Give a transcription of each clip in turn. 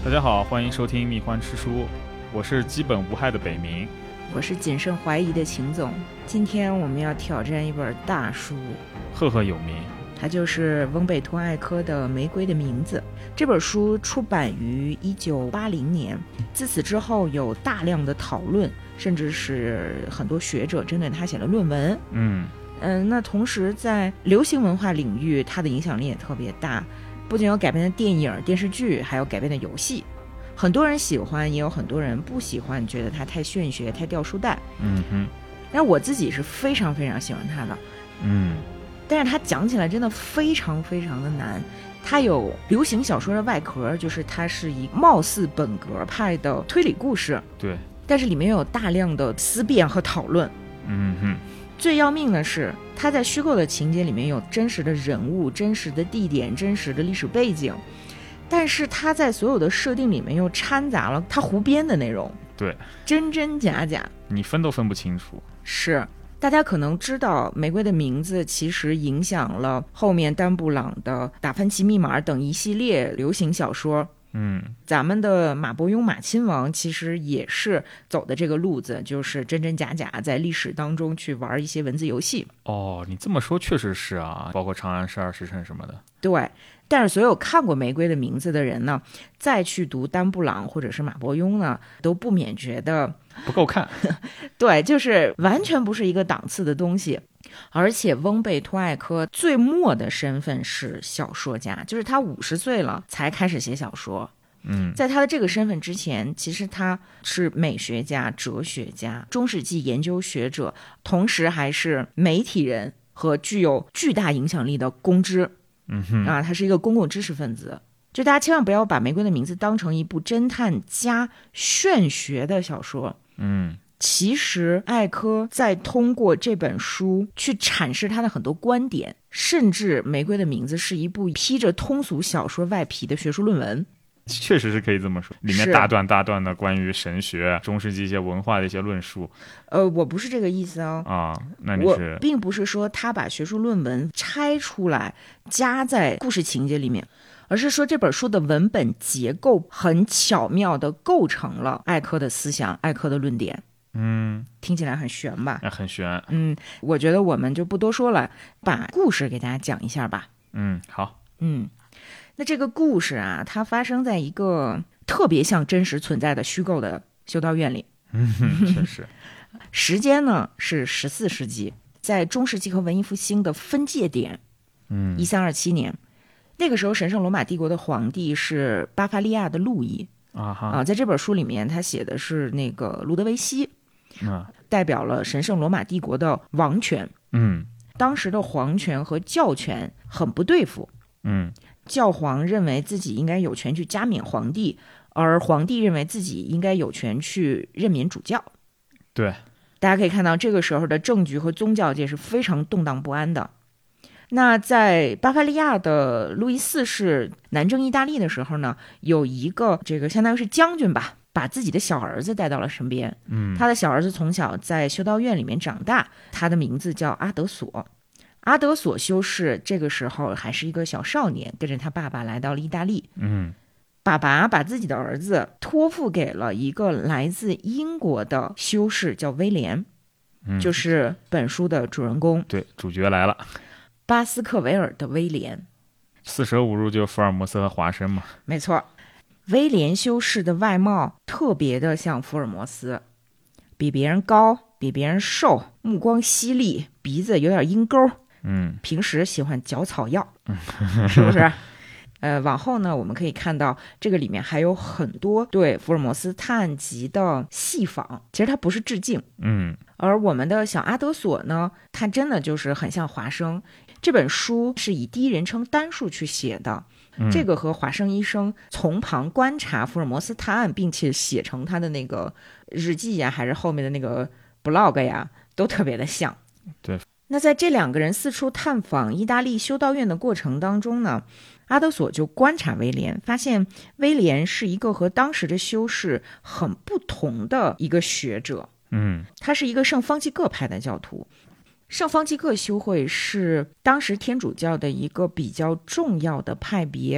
大家好，欢迎收听蜜獾吃书，我是基本无害的北冥， 我是谨慎怀疑的秦总。今天我们要挑战一本大书， 赫赫有名， 它就是翁贝托·艾科的《玫瑰的名字》。这本书出版于1980年，自此之后有大量的讨论，甚至是很多学者针对它写了论文。那同时在流行文化领域，它的影响力也特别大，不仅有改编的电影、电视剧，还有改编的游戏。很多人喜欢，也有很多人不喜欢，觉得它太玄学、太掉书袋。但我自己是非常非常喜欢它的。但是它讲起来真的非常非常的难。它有流行小说的外壳，就是它是一貌似本格派的推理故事， 对， 但是里面有大量的思辨和讨论。最要命的是，它在虚构的情节里面有真实的人物、真实的地点、真实的历史背景，但是它在所有的设定里面又掺杂了它胡编的内容， 对， 真真假假， 你分都分不清楚。 是，大家可能知道，《玫瑰的名字》其实影响了后面丹布朗的《达芬奇密码》等一系列流行小说。咱们的马伯庸马亲王其实也是走的这个路子，就是真真假假，在历史当中去玩一些文字游戏。 哦，你这么说确实是啊，包括长安十二时辰什么的。 对，但是所有看过《玫瑰的名字》的人呢，再去读丹布朗或者是马伯庸呢，都不免觉得不够看。 对，就是完全不是一个档次的东西。而且翁贝托·艾科最末的身份是小说家，就是他50岁了才开始写小说。在他的这个身份之前，其实他是美学家、哲学家、中世纪研究学者，同时还是媒体人和具有巨大影响力的公知。他是一个公共知识分子。就大家千万不要把《玫瑰的名字》当成一部侦探加玄学的小说。其实艾科在通过这本书去阐释他的很多观点，甚至《玫瑰的名字》是一部披着通俗小说外皮的学术论文。 确实是可以这么说，里面大段大段的关于神学、中世纪一些文化的一些论述。 我不是这个意思哦。 那你是？ 我并不是说他把学术论文拆出来加在故事情节里面，而是说这本书的文本结构很巧妙地构成了艾科的思想、艾科的论点。听起来很玄吧？ 很玄。 我觉得我们就不多说了，把故事给大家讲一下吧。 好。 那这个故事啊，它发生在一个特别像真实存在的虚构的修道院里。 确实。 时间呢是14世纪，在中世纪和文艺复兴的分界点。1327年，那个时候神圣罗马帝国的皇帝是巴伐利亚的路易。在这本书里面，他写的是那个路德维希。代表了神圣罗马帝国的王权。当时的皇权和教权很不对付。教皇认为自己应该有权去加冕皇帝，而皇帝认为自己应该有权去任免主教。 对， 大家可以看到这个时候的政局和宗教界是非常动荡不安的。那在巴伐利亚的路易4世南征意大利的时候呢，有一个这个相当于是将军吧，把自己的小儿子带到了身边。他的小儿子从小在修道院里面长大，他的名字叫阿德索。阿德索修士这个时候还是一个小少年，跟着他爸爸来到了意大利。爸爸把自己的儿子托付给了一个来自英国的修士，叫威廉。就是本书的主人公。 对，主角来了， 巴斯克维尔的威廉。 四舍五入就福尔摩斯和华生嘛。没错，威廉修士的外貌特别的像福尔摩斯，比别人高，比别人瘦，目光犀利，鼻子有点鹰钩。平时喜欢嚼草药。是不是？往后呢，我们可以看到这个里面还有很多对福尔摩斯探案集的戏仿，其实它不是致敬。而我们的小阿德索呢，他真的就是很像华生。这本书是以第一人称单数去写的。这个和华生医生从旁观察福尔摩斯探案，并且写成他的那个日记呀，还是后面的那个 blog 呀，都特别的像。 对。 那在这两个人四处探访意大利修道院的过程当中呢，阿德索就观察威廉，发现威廉是一个和当时的修士很不同的一个学者。他是一个圣方济各派的教徒。圣方济各修会是当时天主教的一个比较重要的派别。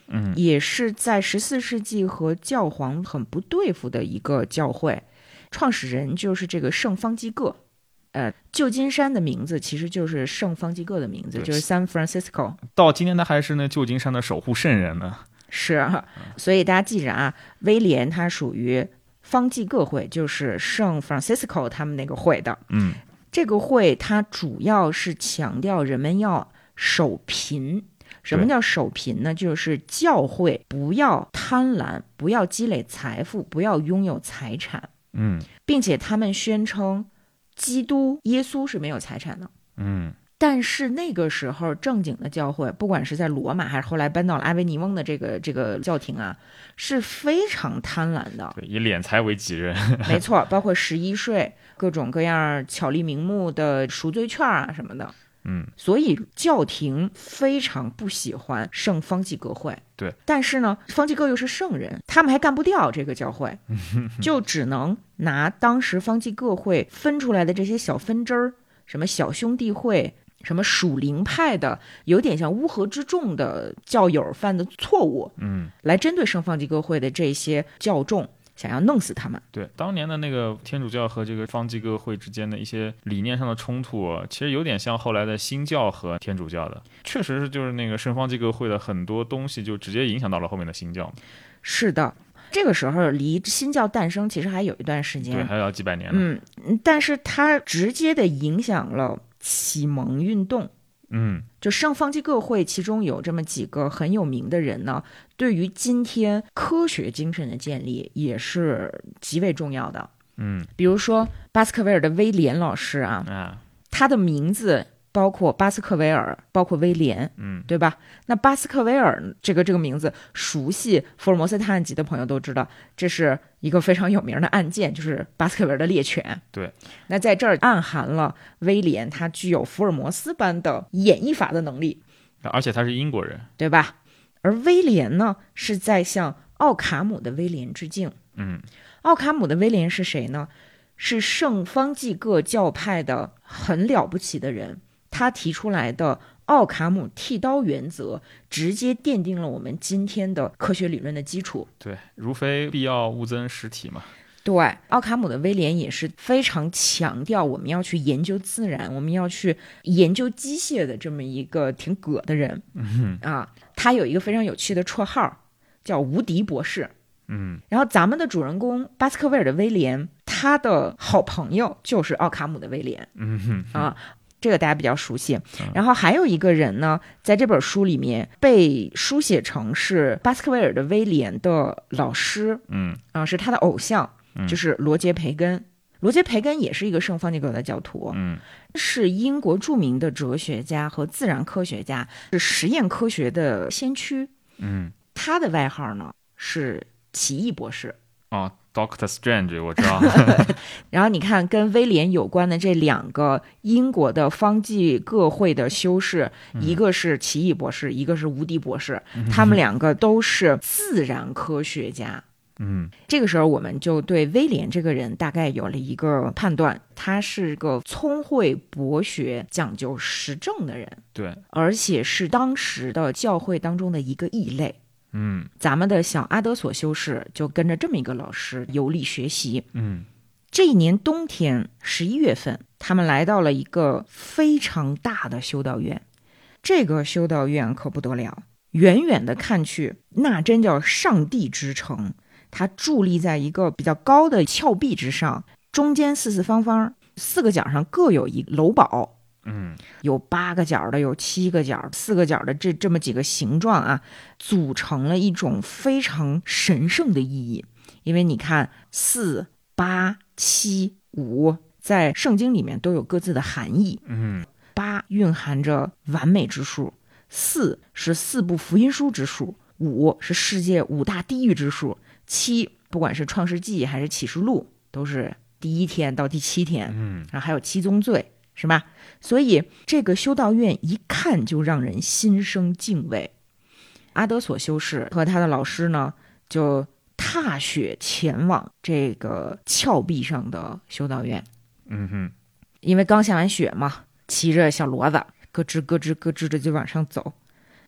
也是在14世纪和教皇很不对付的一个教会，创始人就是这个圣方济各。旧金山的名字其实就是圣方济各的名字，就是 San Francisco。 到今天他还是那旧金山的守护圣人呢。 是，所以大家记着啊，威廉他属于方济各会，就是圣 Francisco 他们那个会的。这个会它主要是强调人们要守贫。什么叫守贫呢？就是教会不要贪婪，不要积累财富，不要拥有财产。并且他们宣称基督耶稣是没有财产的。但是那个时候正经的教会，不管是在罗马还是后来搬到了阿维尼翁的这个教廷啊，是非常贪婪的， 对，以敛财为己任。 没错，包括11税，各种各样巧立名目的赎罪券啊什么的。所以教廷非常不喜欢圣方济各会。 对， 但是呢，方济各又是圣人，他们还干不掉这个教会，就只能拿当时方济各会分出来的这些小分支儿，什么小兄弟会，什么属灵派的，有点像乌合之众的教友犯的错误，来针对圣方济各会的这些教众，想要弄死他们。 对，当年的那个天主教和这个方济各会之间的一些理念上的冲突，其实有点像后来的新教和天主教的，确实是就是那个圣方济各会的很多东西就直接影响到了后面的新教。 是的，这个时候离新教诞生其实还有一段时间， 对，还要几百年呢。 但是它直接的影响了启蒙运动。就圣方济各会其中有这么几个很有名的人呢，对于今天科学精神的建立也是极为重要的。比如说巴斯克维尔的威廉老师啊，他的名字包括巴斯克维尔，包括威廉，对吧？那巴斯克维尔这个名字，熟悉福尔摩斯探案集的朋友都知道，这是一个非常有名的案件，就是巴斯克维尔的猎犬。 对， 那在这儿暗含了威廉他具有福尔摩斯般的演绎法的能力， 而且他是英国人， 对吧？而威廉呢，是在向奥卡姆的威廉致敬。奥卡姆的威廉是谁呢？是圣方济各教派的很了不起的人。他提出来的奥卡姆剃刀原则直接奠定了我们今天的科学理论的基础。 对，如非必要勿增实体嘛。 对，奥卡姆的威廉也是非常强调我们要去研究自然，我们要去研究机械的这么一个挺葛的人。他有一个非常有趣的绰号叫无敌博士。然后咱们的主人公巴斯克维尔的威廉，他的好朋友就是奥卡姆的威廉。这个大家比较熟悉。然后还有一个人呢，在这本书里面被书写成是巴斯克维尔的威廉的老师，是他的偶像，就是罗杰培根。罗杰培根也是一个圣方济各的教徒，是英国著名的哲学家和自然科学家，是实验科学的先驱。他的外号呢是奇异博士。 Doctor Strange 我知道。 然后你看跟威廉有关的这两个英国的方济各会的修士，一个是奇异博士，一个是无敌博士，他们两个都是自然科学家。这个时候我们就对威廉这个人大概有了一个判断，他是个聪慧博学讲究实证的人。对，而且是当时的教会当中的一个异类。咱们的小阿德索修士就跟着这么一个老师游历学习。这一年冬天11月份，他们来到了一个非常大的修道院。这个修道院可不得了，远远的看去，那真叫上帝之城。它伫立在一个比较高的峭壁之上，中间四四方方，4个角上各有一楼堡。有8个角的，有7个角，4个角的，这么几个形状啊，组成了一种非常神圣的意义。因为你看4、8、7、5在圣经里面都有各自的含义。8蕴含着完美之数，4是4部福音书之数，5是世界5大地狱之数，7不管是创世纪还是启示录都是第1天到第7天。然后还有7宗罪，是吧？所以这个修道院一看就让人心生敬畏。阿德索修士和他的老师呢，就踏雪前往这个峭壁上的修道院。因为刚下完雪嘛，骑着小骡子咯吱咯吱咯吱的就往上走。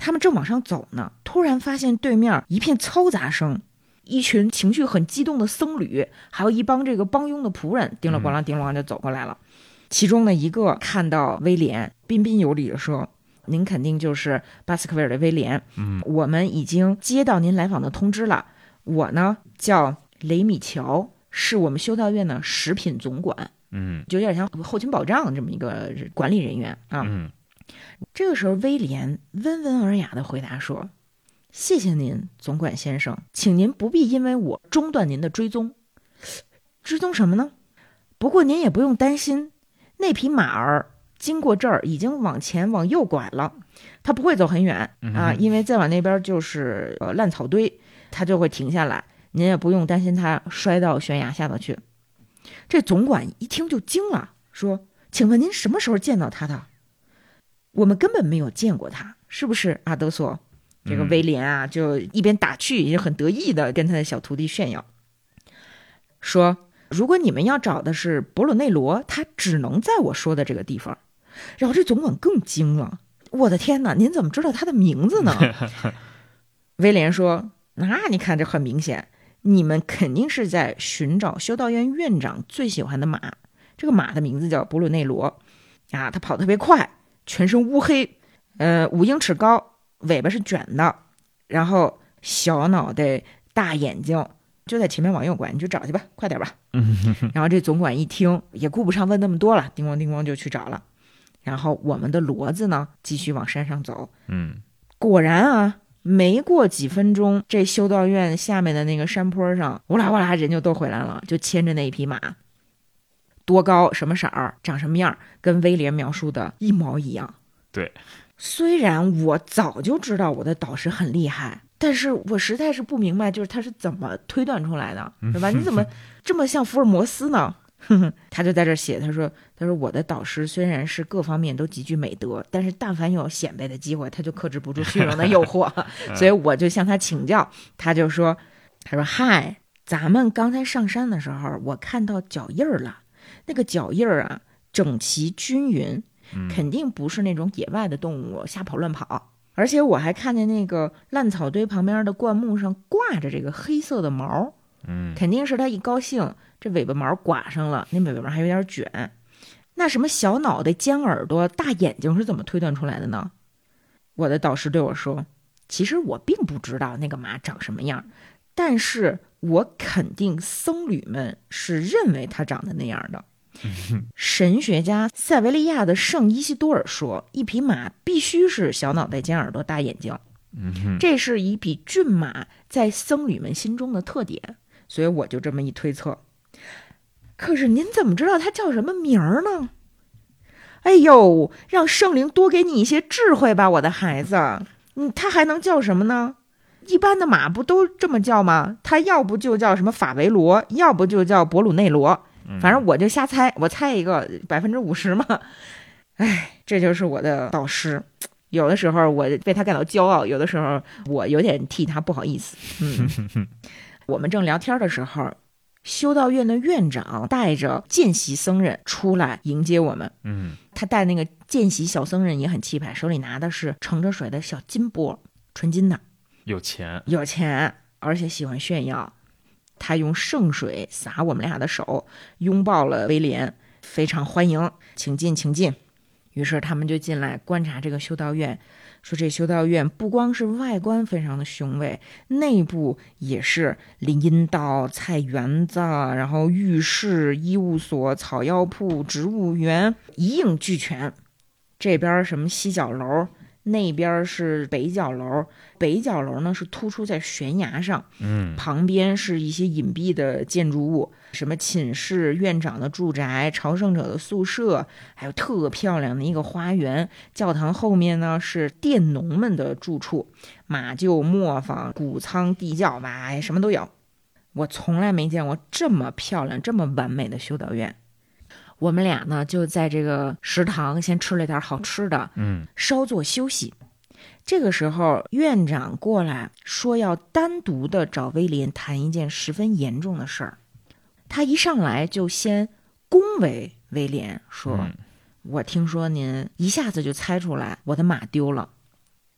他们正往上走呢，突然发现对面一片嘈杂声，一群情绪很激动的僧侣，还有一帮这个帮佣的仆人，叮了咣啷叮了咣就走过来了。其中的一个看到威廉，彬彬有礼地说：“您肯定就是巴斯克维尔的威廉，我们已经接到您来访的通知了。我呢叫雷米乔，是我们修道院的食品总管，就有点像后勤保障这么一个管理人员啊。”这个时候，威廉温文尔雅地回答说：“谢谢您，总管先生，请您不必因为我中断您的追踪。追踪什么呢？不过您也不用担心，那匹马儿经过这儿已经往前往右拐了，它不会走很远啊，因为再往那边就是烂草堆，它就会停下来。您也不用担心它摔到悬崖下头去。”这总管一听就惊了，说：“请问您什么时候见到他的？我们根本没有见过他，是不是阿德索？”这个威廉啊，就一边打趣，也很得意的跟他的小徒弟炫耀，说：“如果你们要找的是博鲁内罗，他只能在我说的这个地方。”然后这总管更惊了：“我的天哪，您怎么知道他的名字呢？”威廉说：“那你看，这很明显，你们肯定是在寻找修道院院长最喜欢的马。这个马的名字叫博鲁内罗啊，它跑得特别快，全身乌黑，5英尺高。尾巴是卷的，然后小脑袋大眼睛，就在前面往右拐，你去找去吧，快点吧。然后这总管一听也顾不上问那么多了，叮咣叮咣就去找了。然后我们的骡子呢继续往山上走。果然啊，没过几分钟，这修道院下面的那个山坡上乌拉乌拉人就都回来了，就牵着那一匹马，多高什么色儿长什么样，跟威廉描述的一毛一样。 对， 虽然我早就知道我的导师很厉害，但是我实在是不明白，就是他是怎么推断出来的，对吧？你怎么这么像福尔摩斯呢？他就在这写，他说我的导师虽然是各方面都极具美德，但是但凡有显摆的机会，他就克制不住虚荣的诱惑，所以我就向他请教。他说嗨，咱们刚才上山的时候，我看到脚印了，那个脚印啊整齐均匀，肯定不是那种野外的动物瞎跑乱跑，而且我还看见那个烂草堆旁边的灌木上挂着这个黑色的毛，肯定是他一高兴这尾巴毛刮上了，那尾巴毛还有点卷。那什么小脑袋尖耳朵大眼睛是怎么推断出来的呢？我的导师对我说，其实我并不知道那个马长什么样，但是我肯定僧侣们是认为它长得那样的。神学家塞维利亚的圣伊西多尔说，一匹马必须是小脑袋尖耳朵大眼睛，这是一匹骏马在僧侣们心中的特点，所以我就这么一推测。可是您怎么知道它叫什么名儿呢？哎呦，让圣灵多给你一些智慧吧，我的孩子。它还能叫什么呢？一般的马不都这么叫吗？它要不就叫什么法维罗，要不就叫博鲁内罗，反正我就瞎猜，我猜一个50%嘛。哎，这就是我的导师。有的时候我为他感到骄傲，有的时候我有点替他不好意思。我们正聊天的时候，修道院的院长带着见习僧人出来迎接我们。他带那个见习小僧人也很气派，手里拿的是盛着水的小金钵，纯金的。有钱，而且喜欢炫耀。他用圣水洒我们俩的手，拥抱了威廉，非常欢迎，请进请进。于是他们就进来观察这个修道院，说这修道院不光是外观非常的雄伟，内部也是林荫道、菜园子，然后浴室、医务所、草药铺、植物园一应俱全。这边什么西角楼，那边是北角楼，北角楼呢是突出在悬崖上，旁边是一些隐蔽的建筑物，什么寝室、院长的住宅、朝圣者的宿舍，还有特漂亮的一个花园。教堂后面呢是佃农们的住处，马厩、磨坊、谷仓、地窖吧，什么都有。我从来没见过这么漂亮、这么完美的修道院。我们俩呢就在这个食堂先吃了点好吃的，稍作休息。这个时候院长过来说要单独的找威廉谈一件十分严重的事儿。他一上来就先恭维威廉说，我听说您一下子就猜出来我的马丢了，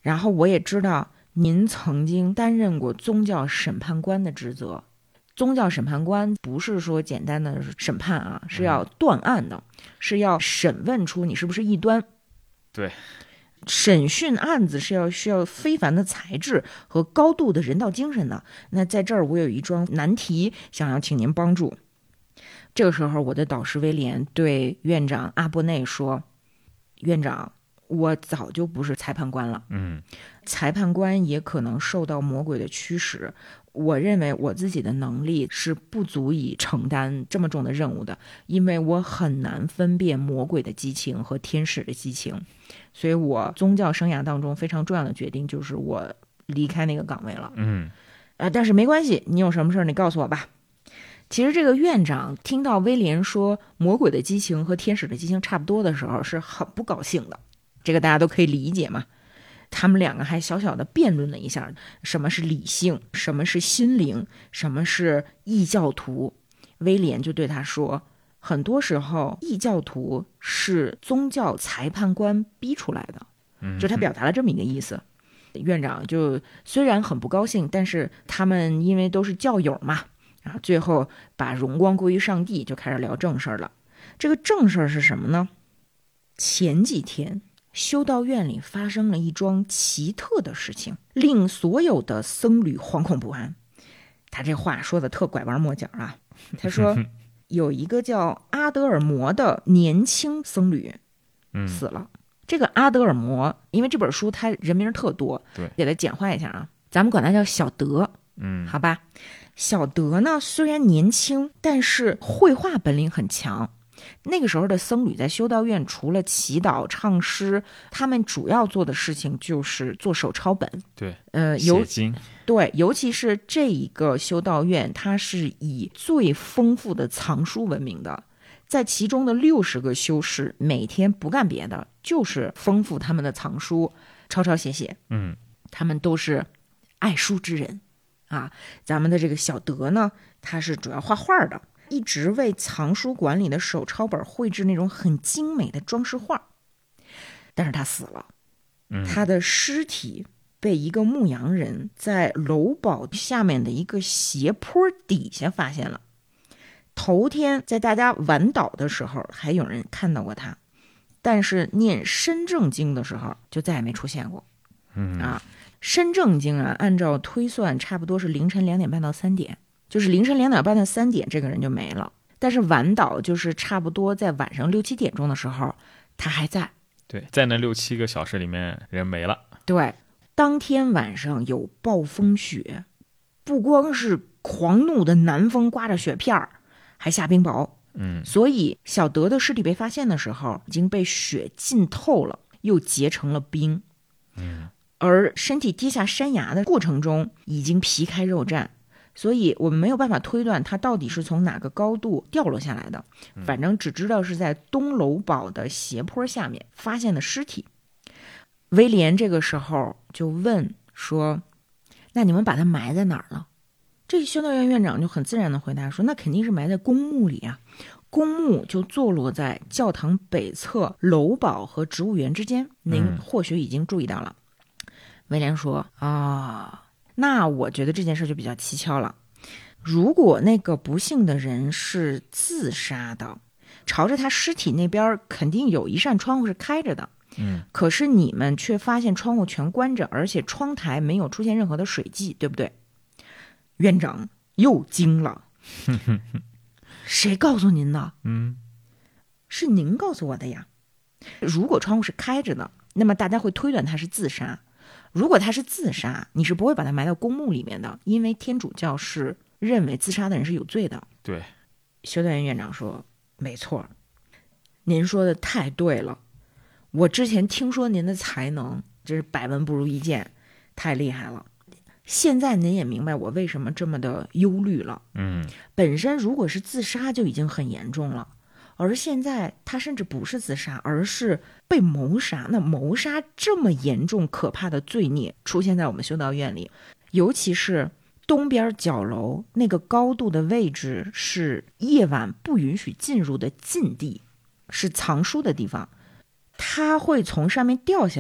然后我也知道您曾经担任过宗教审判官的职责。宗教审判官不是说简单的审判啊，是要断案的，是要审问出你是不是异端。 对， 审讯案子是需要非凡的才智和高度的人道精神的。那在这儿我有一桩难题想要请您帮助。这个时候我的导师威廉对院长阿波内说，院长，我早就不是裁判官了，裁判官也可能受到魔鬼的驱使，我认为我自己的能力是不足以承担这么重的任务的，因为我很难分辨魔鬼的激情和天使的激情，所以我宗教生涯当中非常重要的决定就是我离开那个岗位了。但是没关系，你有什么事你告诉我吧。其实这个院长听到威廉说魔鬼的激情和天使的激情差不多的时候是很不高兴的，这个大家都可以理解嘛。他们两个还小小的辩论了一下，什么是理性，什么是心灵，什么是异教徒。威廉就对他说，很多时候异教徒是宗教裁判官逼出来的，就他表达了这么一个意思。院长就虽然很不高兴，但是他们因为都是教友嘛，然后最后把荣光归于上帝，就开始聊正事了。这个正事是什么呢？前几天修道院里发生了一桩奇特的事情，令所有的僧侣惶恐不安。他这话说的特拐弯抹角啊。他说有一个叫阿德尔摩的年轻僧侣死了。这个阿德尔摩，因为这本书他人名特多， 对， 给他简化一下啊，咱们管他叫小德。好吧。小德呢虽然年轻，但是绘画本领很强。那个时候的僧侣在修道院除了祈祷唱诗，他们主要做的事情就是做手抄本。 对，写经。 对，尤其是这一个修道院，它是以最丰富的藏书闻名的。在其中的60个修士每天不干别的，就是丰富他们的藏书，抄抄写写。他们都是爱书之人啊。咱们的这个小德呢，他是主要画画的，一直为藏书馆里的手抄本绘制那种很精美的装饰画。但是他死了，他的尸体被一个牧羊人在楼堡下面的一个斜坡底下发现了。头天在大家晚祷的时候还有人看到过他，但是念申正经的时候就再也没出现过。申正经啊，按照推算差不多是凌晨2点半到3点，就是凌晨2点半到3点这个人就没了。但是晚祷就是差不多在晚上6、7点钟的时候他还在。 对，在那6、7个小时里面人没了。 对，当天晚上有暴风雪，不光是狂怒的南风刮着雪片儿，还下冰雹。所以小德的尸体被发现的时候已经被雪浸透了，又结成了冰。而身体跌下山崖的过程中已经皮开肉绽，所以我们没有办法推断他到底是从哪个高度掉落下来的，反正只知道是在东楼堡的斜坡下面发现的尸体。威廉这个时候就问说，那你们把他埋在哪儿了？这个修道院院长就很自然的回答说，那肯定是埋在公墓里啊，公墓就坐落在教堂北侧楼堡和植物园之间，您或许已经注意到了。威廉说，那我觉得这件事就比较蹊跷了。如果那个不幸的人是自杀的，朝着他尸体那边肯定有一扇窗户是开着的，可是你们却发现窗户全关着，而且窗台没有出现任何的水迹，对不对？院长又惊了。谁告诉您的？是您告诉我的呀。如果窗户是开着的，那么大家会推断他是自杀。如果他是自杀，你是不会把他埋到公墓里面的，因为天主教是认为自杀的人是有罪的。 对， 修道院院长说，没错，您说的太对了。我之前听说您的才能，这是百闻不如一见，太厉害了。现在您也明白我为什么这么的忧虑了。本身如果是自杀就已经很严重了，而现在他甚至不是自杀，而是被谋杀。那谋杀这么严重可怕的罪孽出现在我们修道院里，尤其是东边角楼那个高度的位置是夜晚不允许进入的禁地，是藏书的地方。他会从上面掉下来，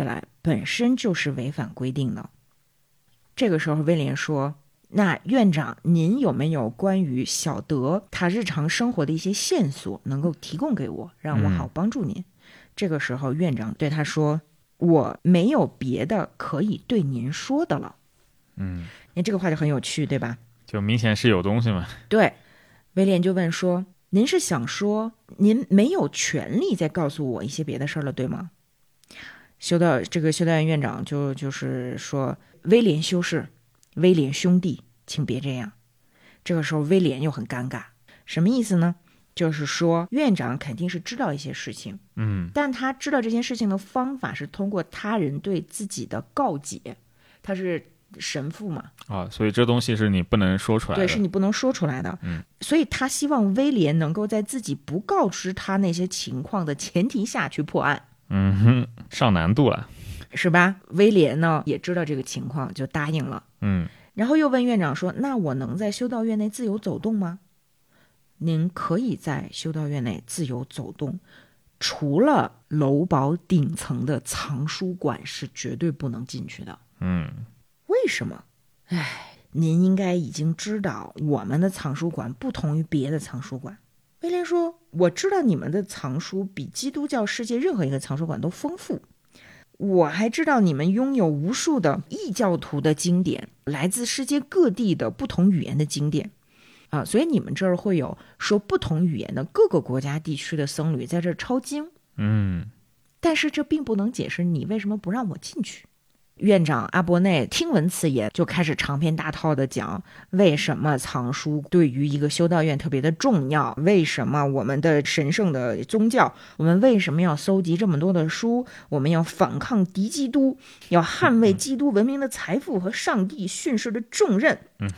本身就是违反规定的。这个时候威廉说，那院长您有没有关于小德他日常生活的一些线索能够提供给我，让我好帮助您？这个时候院长对他说，我没有别的可以对您说的了。这个话就很有趣，对吧？ 就明显是有东西嘛。 对，威廉就问说，您是想说您没有权利再告诉我一些别的事儿了，对吗？修道院院长就是说，威廉修士，威廉兄弟，请别这样。这个时候威廉又很尴尬，什么意思呢？就是说院长肯定是知道一些事情，但他知道这件事情的方法是通过他人对自己的告解，他是神父嘛， 所以这东西是你不能说出来的。 对，是你不能说出来的。所以他希望威廉能够在自己不告知他那些情况的前提下去破案。 上难度了， 是吧？威廉呢也知道这个情况，就答应了。然后又问院长说，那我能在修道院内自由走动吗？您可以在修道院内自由走动，除了楼堡顶层的藏书馆是绝对不能进去的。为什么？您应该已经知道我们的藏书馆不同于别的藏书馆。威廉说，我知道你们的藏书比基督教世界任何一个藏书馆都丰富，我还知道你们拥有无数的异教徒的经典，来自世界各地的不同语言的经典所以你们这儿会有说不同语言的各个国家地区的僧侣在这儿抄经。但是这并不能解释你为什么不让我进去。院长阿伯内听闻此言，就开始长篇大套的讲为什么藏书对于一个修道院特别的重要，为什么我们的神圣的宗教，我们为什么要搜集这么多的书，我们要反抗敌基督，要捍卫基督文明的财富和上帝训示的重任。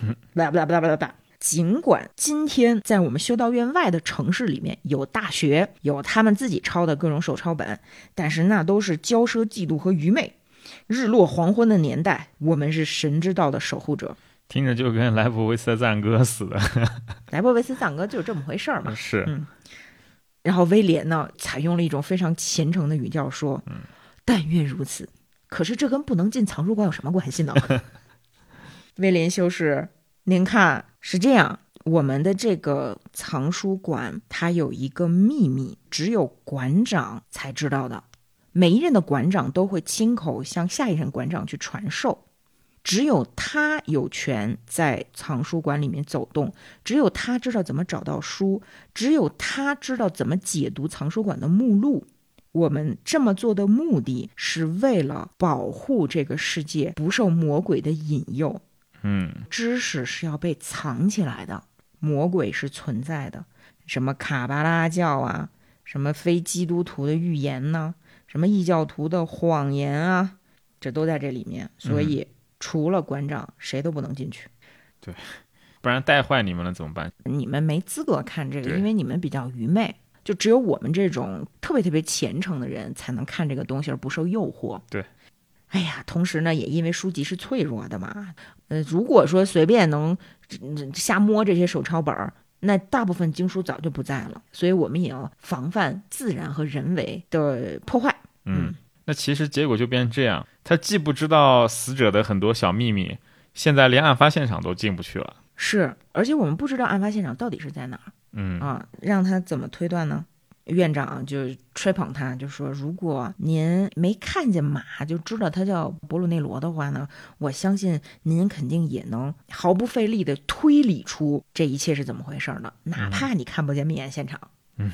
尽管今天在我们修道院外的城市里面有大学，有他们自己抄的各种手抄本，但是那都是骄奢嫉妒和愚昧。日落黄昏的年代，我们是神之道的守护者。 听着就跟莱博维斯赞歌似的。 莱博维斯赞歌就是这么回事嘛。 是。 然后威廉呢，采用了一种非常虔诚的语调说，但愿如此，可是这跟不能进藏书馆有什么关系呢？威廉修士，您看是这样，我们的这个藏书馆它有一个秘密，只有馆长才知道的。每一任的馆长都会亲口向下一任馆长去传授，只有他有权在藏书馆里面走动，只有他知道怎么找到书，只有他知道怎么解读藏书馆的目录。我们这么做的目的是为了保护这个世界不受魔鬼的引诱。知识是要被藏起来的，魔鬼是存在的，什么卡巴拉教啊，什么非基督徒的预言呢，什么异教徒的谎言啊，这都在这里面。所以除了馆长谁都不能进去。 对，不然带坏你们了怎么办？ 你们没资格看这个，因为你们比较愚昧，就只有我们这种特别特别虔诚的人才能看这个东西而不受诱惑。 对， 哎呀，同时呢也因为书籍是脆弱的嘛，如果说随便能瞎摸这些手抄本，那大部分经书早就不在了，所以我们也要防范自然和人为的破坏。 那其实结果就变成这样，他既不知道死者的很多小秘密，现在连案发现场都进不去了。 是，而且我们不知道案发现场到底是在哪儿。让他怎么推断呢？院长就吹捧他，就说如果您没看见马就知道他叫博鲁内罗的话呢，我相信您肯定也能毫不费力的推理出这一切是怎么回事的，哪怕你看不见命案现场。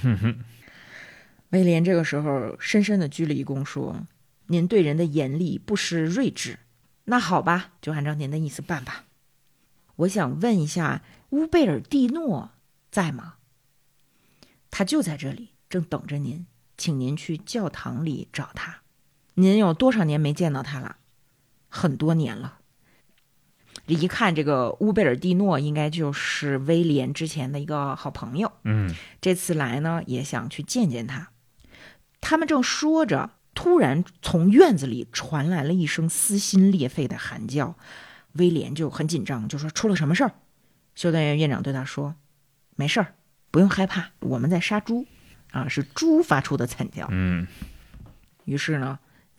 威廉这个时候深深的鞠了一躬说，您对人的严厉不失睿智，那好吧，就按照您的意思办吧。我想问一下，乌贝尔蒂诺在吗？他就在这里，正等着您，请您去教堂里找他。您有多少年没见到他了？很多年了。一看这个乌贝尔蒂诺应该就是威廉之前的一个好朋友，这次来呢也想去见见他。他们正说着，突然从院子里传来了一声撕心裂肺的喊叫。威廉就很紧张，就说出了什么事儿？修道院院长对他说，没事儿，不用害怕，我们在杀猪是猪发出的惨叫。于是呢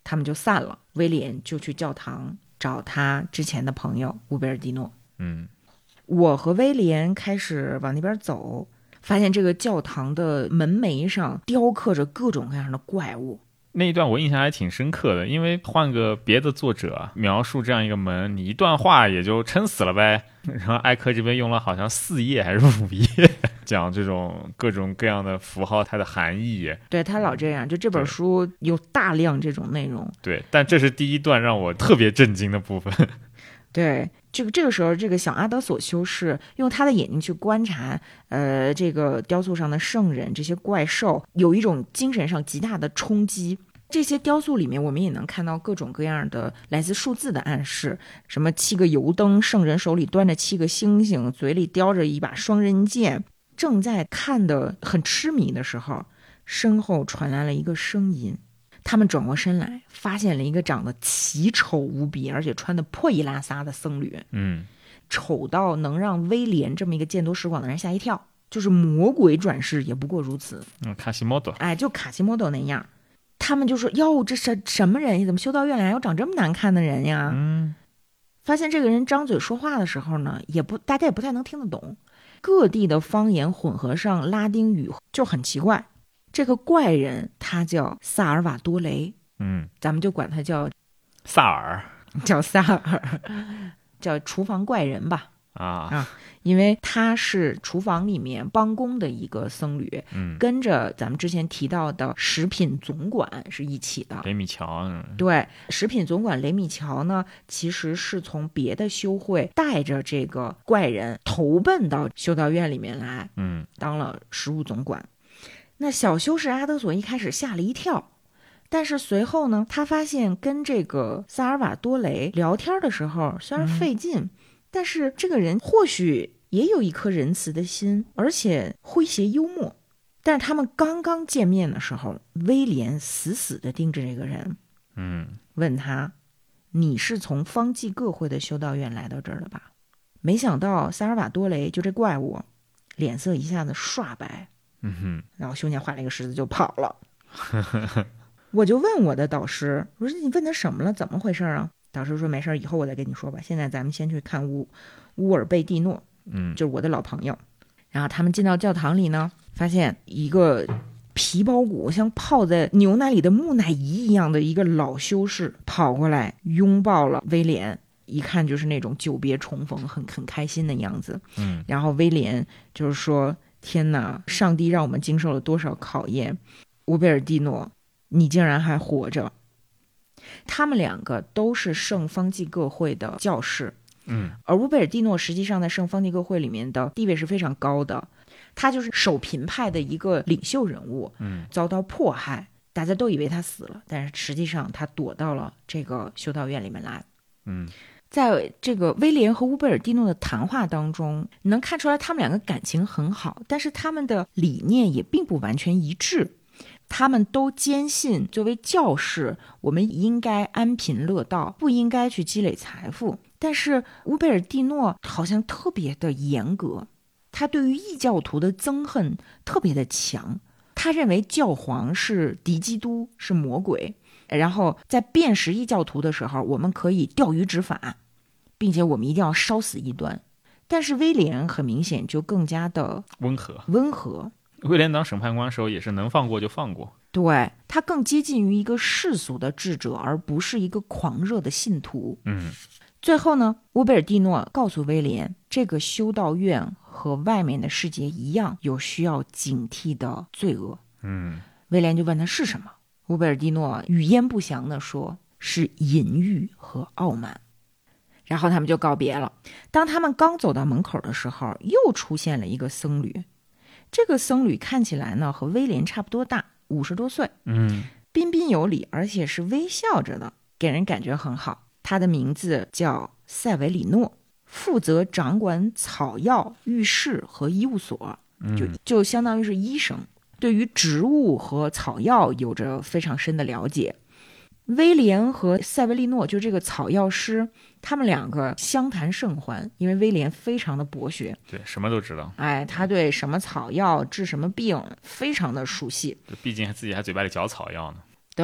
他们就散了。威廉就去教堂找他之前的朋友乌贝尔蒂诺。我和威廉开始往那边走，发现这个教堂的门楣上雕刻着各种各样的怪物。 那一段我印象还挺深刻的，因为换个别的作者描述这样一个门，你一段话也就撑死了呗。然后艾科这边用了好像4页还是5页，讲这种各种各样的符号它的含义。 对，他老这样，就这本书有大量这种内容。 对，但这是第一段让我特别震惊的部分。 对，这个时候，这个小阿德索修士用他的眼睛去观察，这个雕塑上的圣人，这些怪兽，有一种精神上极大的冲击。这些雕塑里面，我们也能看到各种各样的来自数字的暗示，什么7个油灯，圣人手里端着7个星星，嘴里叼着一把双刃剑。正在看得很痴迷的时候，身后传来了一个声音。他们转过身来，发现了一个长得奇丑无比，而且穿得破衣拉撒的僧侣。丑到能让威廉这么一个见多识广的人吓一跳，就是魔鬼转世也不过如此。 卡西莫多， 就卡西莫多那样。他们就说：“哟，这是什么人？怎么修道院里还有长这么难看的人呀？”发现这个人张嘴说话的时候呢，大家也不太能听得懂，各地的方言混合上拉丁语，就很奇怪。这个怪人他叫萨尔瓦多雷，咱们就管他叫萨尔， 叫萨尔，叫厨房怪人吧。因为他是厨房里面帮工的一个僧侣，跟着咱们之前提到的食品总管是一起的。 雷米乔， 对，食品总管雷米乔呢，其实是从别的修会带着这个怪人投奔到修道院里面来，当了食物总管。那小修士阿德索一开始吓了一跳，但是随后呢，他发现跟这个萨尔瓦多雷聊天的时候虽然费劲，但是这个人或许也有一颗仁慈的心，而且诙谐幽默。但是他们刚刚见面的时候，威廉死死地盯着这个人，问他：“你是从方济各会的修道院来到这儿的吧？”没想到萨尔瓦多雷就这怪物，脸色一下子刷白，然后胸前画了一个十字就跑了。我就问我的导师，我说：“你问他什么了？怎么回事啊？”导师说：“没事，以后我再跟你说吧。现在咱们先去看乌尔贝蒂诺，就是我的老朋友。”然后他们进到教堂里呢，发现一个皮包骨像泡在牛奶里的木乃伊一样的一个老修士跑过来拥抱了威廉，一看就是那种久别重逢很开心的样子。然后威廉就是说：“天哪，上帝让我们经受了多少考验，乌贝尔蒂诺，你竟然还活着。”他们两个都是圣方济各会的教士，而乌贝尔蒂诺实际上在圣方济各会里面的地位是非常高的，他就是守贫派的一个领袖人物，遭到迫害，大家都以为他死了，但是实际上他躲到了这个修道院里面来。在这个威廉和乌贝尔蒂诺的谈话当中，能看出来他们两个感情很好，但是他们的理念也并不完全一致。他们都坚信作为教士，我们应该安贫乐道，不应该去积累财富。但是乌贝尔蒂诺好像特别的严格，他对于异教徒的憎恨特别的强，他认为教皇是敌基督，是魔鬼，然后在辨识异教徒的时候，我们可以钓鱼执法，并且我们一定要烧死异端。但是威廉很明显就更加的温和。 威廉当审判官的时候也是能放过就放过， 对，他更接近于一个世俗的智者，而不是一个狂热的信徒。最后呢，乌贝尔蒂诺告诉威廉，这个修道院和外面的世界一样，有需要警惕的罪恶。威廉就问他是什么，乌贝尔蒂诺语焉不详地说，是淫欲和傲慢。然后他们就告别了。当他们刚走到门口的时候，又出现了一个僧侣。这个僧侣看起来呢和威廉差不多大，50多岁，彬彬有礼，而且是微笑着的，给人感觉很好。他的名字叫塞维里诺，负责掌管草药、浴室和医务所，就相当于是医生，对于植物和草药有着非常深的了解。威廉和塞维利诺就这个草药师，他们两个相谈甚欢，因为威廉非常的博学， 对，什么都知道。 他对什么草药治什么病非常的熟悉， 毕竟自己还嘴巴里嚼草药呢。 对，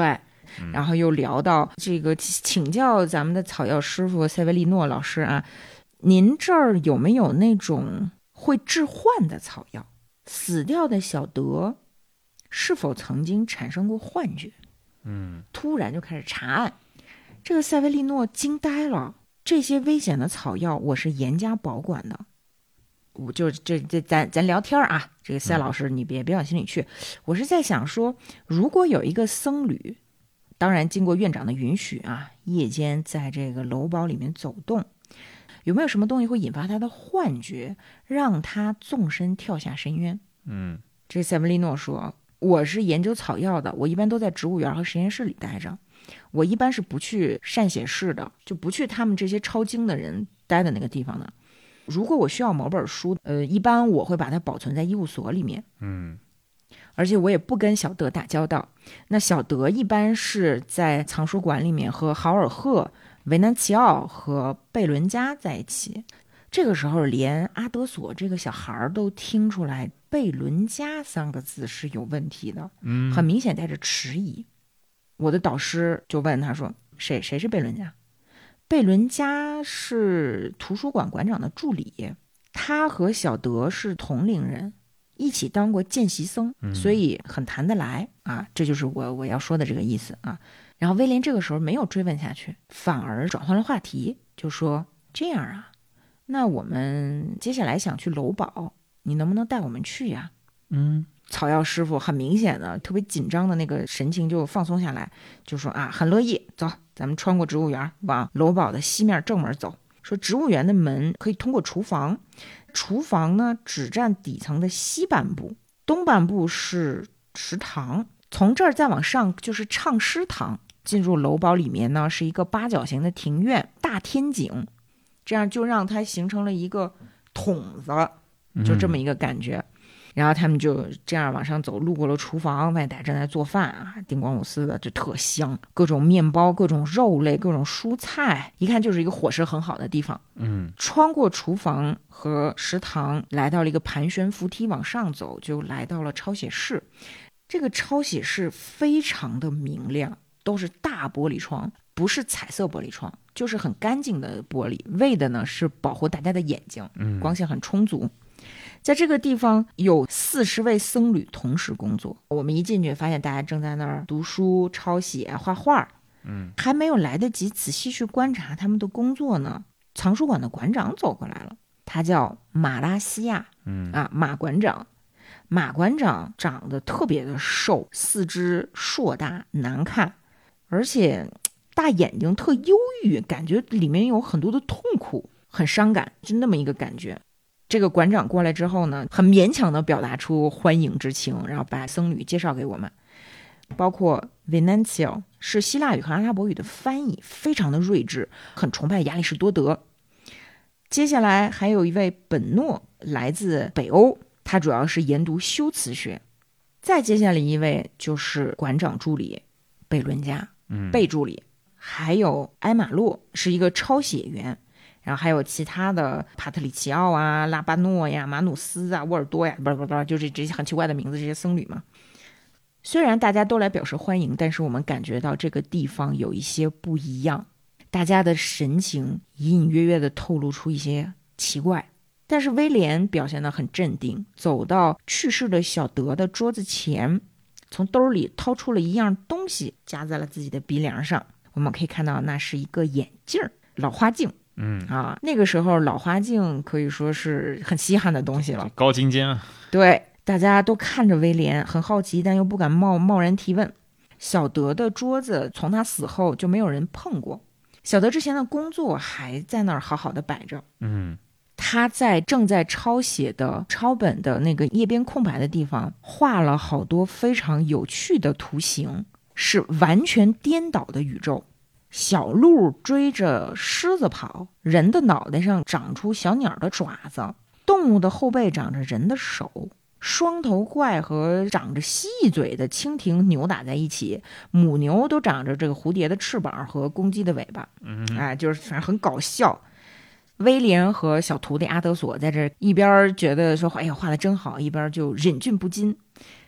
然后又聊到这个，请教咱们的草药师傅塞维利诺老师啊，您这儿有没有那种会致幻的草药？死掉的小德是否曾经产生过幻觉？突然就开始查案。这个塞维利诺惊呆了，这些危险的草药我是严加保管的。我就咱聊天啊，这个塞老师你别往心里去。我是在想说，如果有一个僧侣，当然经过院长的允许啊，夜间在这个楼堡里面走动，有没有什么东西会引发他的幻觉，让他纵身跳下深渊？这塞维利诺说，我是研究草药的，我一般都在植物园和实验室里待着，我一般是不去善写室的，就不去他们这些抄经的人待的那个地方的。如果我需要某本书，一般我会把它保存在医务所里面。而且我也不跟小德打交道。那小德一般是在藏书馆里面和豪尔赫、维南齐奥和贝伦加在一起。这个时候，连阿德索这个小孩都听出来贝伦加3个字是有问题的，很明显带着迟疑。我的导师就问他说：“谁是贝伦加？”贝伦加是图书馆馆长的助理，他和小德是同龄人，一起当过见习僧，所以很谈得来啊。这就是我要说的这个意思啊。然后威廉这个时候没有追问下去，反而转换了话题，就说：“这样啊，那我们接下来想去楼堡，你能不能带我们去呀？”草药师傅很明显的特别紧张的那个神情就放松下来，就说啊，很乐意，走，咱们穿过植物园往楼堡的西面正门走。说植物园的门可以通过厨房，厨房呢只占底层的西半部，东半部是食堂，从这儿再往上就是唱诗堂。进入楼堡里面呢是一个八角形的庭院，大天井，这样就让它形成了一个筒子，就这么一个感觉。然后他们就这样往上走，路过了厨房，外带正在做饭啊，叮咣五四的，就特香，各种面包、各种肉类、各种蔬菜，一看就是一个伙食很好的地方。穿过厨房和食堂，来到了一个盘旋扶梯，往上走就来到了抄写室。这个抄写室非常的明亮，都是大玻璃窗，不是彩色玻璃窗，就是很干净的玻璃，为的呢是保护大家的眼睛，光线很充足。在这个地方有40位僧侣同时工作，我们一进去发现大家正在那儿读书、抄写、画画。还没有来得及仔细去观察他们的工作呢，藏书馆的馆长走过来了，他叫马拉西亚，马馆长。马馆长长得特别的瘦，四肢硕大难看，而且大眼睛特忧郁，感觉里面有很多的痛苦，很伤感，就那么一个感觉。这个馆长过来之后呢，很勉强的表达出欢迎之情，然后把僧侣介绍给我们，包括 Venancio 是希腊语和阿拉伯语的翻译，非常的睿智，很崇拜亚里士多德。接下来还有一位本诺，来自北欧，他主要是研读修辞学。再接下来一位就是馆长助理贝伦加，贝助理，还有埃马洛是一个抄写员。然后还有其他的帕特里奇奥啊、拉巴诺呀、马努斯啊、沃尔多呀，不，就是这些很奇怪的名字，这些僧侣嘛。虽然大家都来表示欢迎，但是我们感觉到这个地方有一些不一样，大家的神情隐隐约约的透露出一些奇怪。但是威廉表现得很镇定，走到去世的小德的桌子前，从兜里掏出了一样东西，夹在了自己的鼻梁上。我们可以看到那是一个眼镜，老花镜。那个时候老花镜可以说是很稀罕的东西了， 高精尖啊。 对，大家都看着威廉，很好奇，但又不敢贸然提问。小德的桌子从他死后就没有人碰过，小德之前的工作还在那儿好好的摆着。他在正在抄写的抄本的那个页边空白的地方画了好多非常有趣的图形，是完全颠倒的宇宙。小鹿追着狮子跑，人的脑袋上长出小鸟的爪子，动物的后背长着人的手，双头怪和长着蜥蜴嘴的蜻蜓扭打在一起，母牛都长着这个蝴蝶的翅膀和公鸡的尾巴。就是反正很搞笑。威廉和小徒弟阿德索在这一边觉得说哎呀画得真好，一边就忍俊不禁。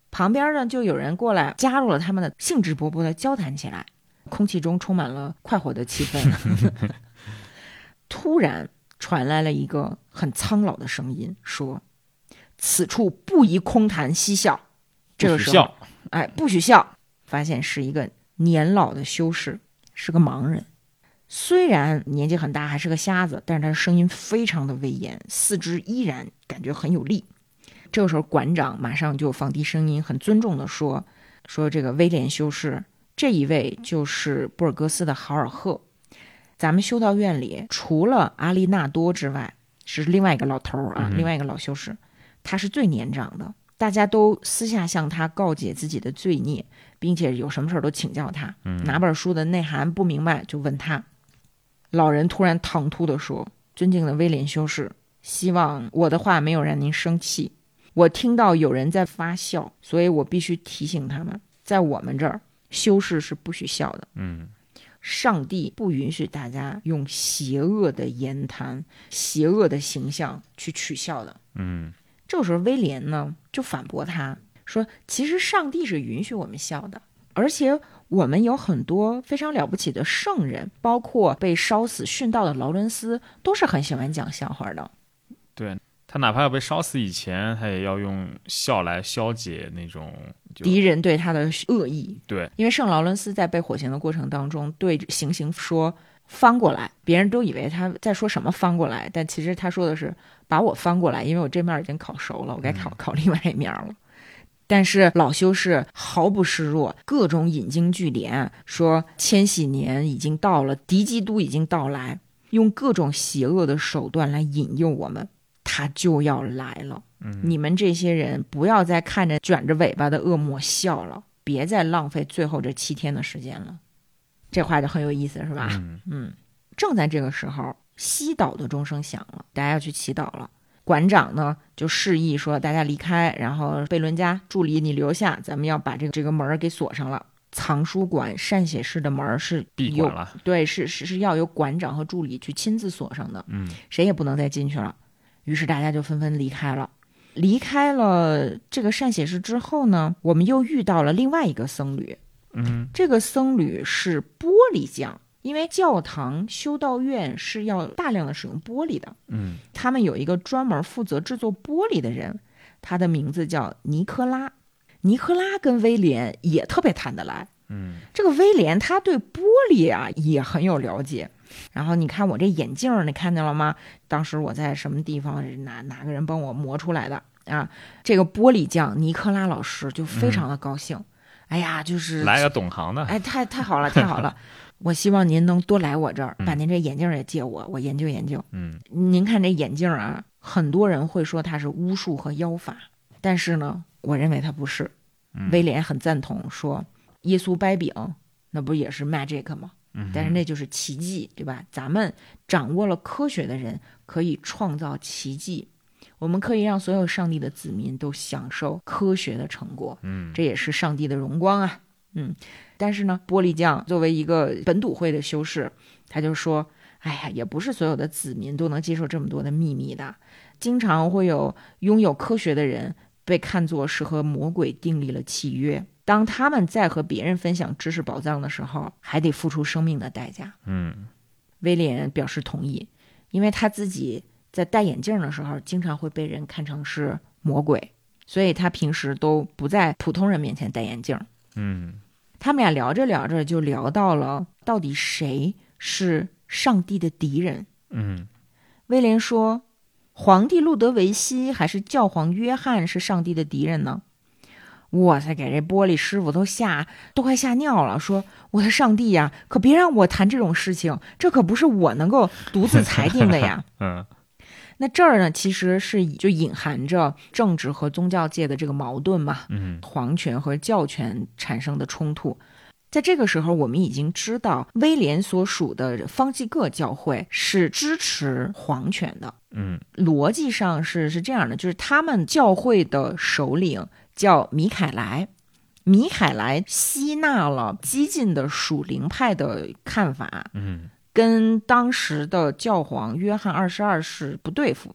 旁边呢就有人过来加入了他们的兴致勃勃的交谈起来，空气中充满了快活的气氛。突然传来了一个很苍老的声音，说：“此处不宜空谈嬉笑。”这个时候，不许笑。发现是一个年老的修士，是个盲人。虽然年纪很大，还是个瞎子，但是他的声音非常的威严，四肢依然感觉很有力。这个时候，馆长马上就放低声音，很尊重的说这个威廉修士，这一位就是布尔戈斯的豪尔赫。咱们修道院里除了阿利纳多之外，是另外一个老头啊，另外一个老修士，他是最年长的。大家都私下向他告解自己的罪孽，并且有什么事都请教他，哪本书的内涵不明白就问他。老人突然唐突地说：“尊敬的威廉修士，希望我的话没有让您生气。我听到有人在发笑，所以我必须提醒他们，在我们这儿，修士是不许笑的。上帝不允许大家用邪恶的言谈、邪恶的形象去取笑的。”这个时候威廉呢就反驳他说，其实上帝是允许我们笑的，而且我们有很多非常了不起的圣人，包括被烧死殉道的劳伦斯，都是很喜欢讲笑话的。 对，他哪怕要被烧死以前，他也要用笑来消解那种敌人对他的恶意。 对， 因为圣劳伦斯在被火刑的过程当中对行刑说翻过来，别人都以为他在说什么翻过来，但其实他说的是把我翻过来，因为我这面已经烤熟了，我该烤另外一面了。但是老修士毫不示弱，各种引经据典，说千禧年已经到了，敌基督已经到来，用各种邪恶的手段来引诱我们，他就要来了。你们这些人不要再看着卷着尾巴的恶魔笑了，别再浪费最后这7天的时间了。这话就很有意思，是吧？正在这个时候，西岛的钟声响了，大家要去祈祷了。馆长呢就示意说大家离开，然后贝伦家助理你留下，咱们要把这个门给锁上了。藏书馆善写室的门是闭馆了， 对，是要由馆长和助理去亲自锁上的，谁也不能再进去了。于是大家就纷纷离开了。离开了这个善写室之后呢，我们又遇到了另外一个僧侣。这个僧侣是玻璃匠，因为教堂修道院是要大量的使用玻璃的。他们有一个专门负责制作玻璃的人，他的名字叫尼科拉。尼科拉跟威廉也特别谈得来。这个威廉他对玻璃啊也很有了解。然后你看我这眼镜你看见了吗？当时我在什么地方哪个人帮我磨出来的啊？这个玻璃匠尼科拉老师就非常的高兴。哎呀，就是来个懂行的， 哎，太好了，太好了！我希望您能多来我这儿，把您这眼镜也借我研究研究。您看这眼镜啊，很多人会说它是巫术和妖法，但是呢，我认为它不是。威廉很赞同说，耶稣掰饼那不也是 magic 吗？但是那就是奇迹，对吧？咱们掌握了科学的人可以创造奇迹。我们可以让所有上帝的子民都享受科学的成果，这也是上帝的荣光啊。但是呢，玻璃匠作为一个本笃会的修士，他就说，哎呀，也不是所有的子民都能接受这么多的秘密的，经常会有拥有科学的人被看作是和魔鬼订立了契约，当他们在和别人分享知识宝藏的时候，还得付出生命的代价。威廉表示同意，因为他自己在戴眼镜的时候经常会被人看成是魔鬼，所以他平时都不在普通人面前戴眼镜。他们俩聊着聊着就聊到了到底谁是上帝的敌人。威廉说，皇帝路德维希还是教皇约翰是上帝的敌人呢？哇塞，给这玻璃师傅都快吓尿了，说我的上帝呀，可别让我谈这种事情，这可不是我能够独自裁定的呀。那这儿呢，其实是就隐含着政治和宗教界的这个矛盾嘛，皇权和教权产生的冲突。在这个时候，我们已经知道威廉所属的方济各教会是支持皇权的。逻辑上是这样的，就是他们教会的首领叫米凯莱，米凯莱吸纳了激进的属灵派的看法，跟当时的教皇约翰22世不对付，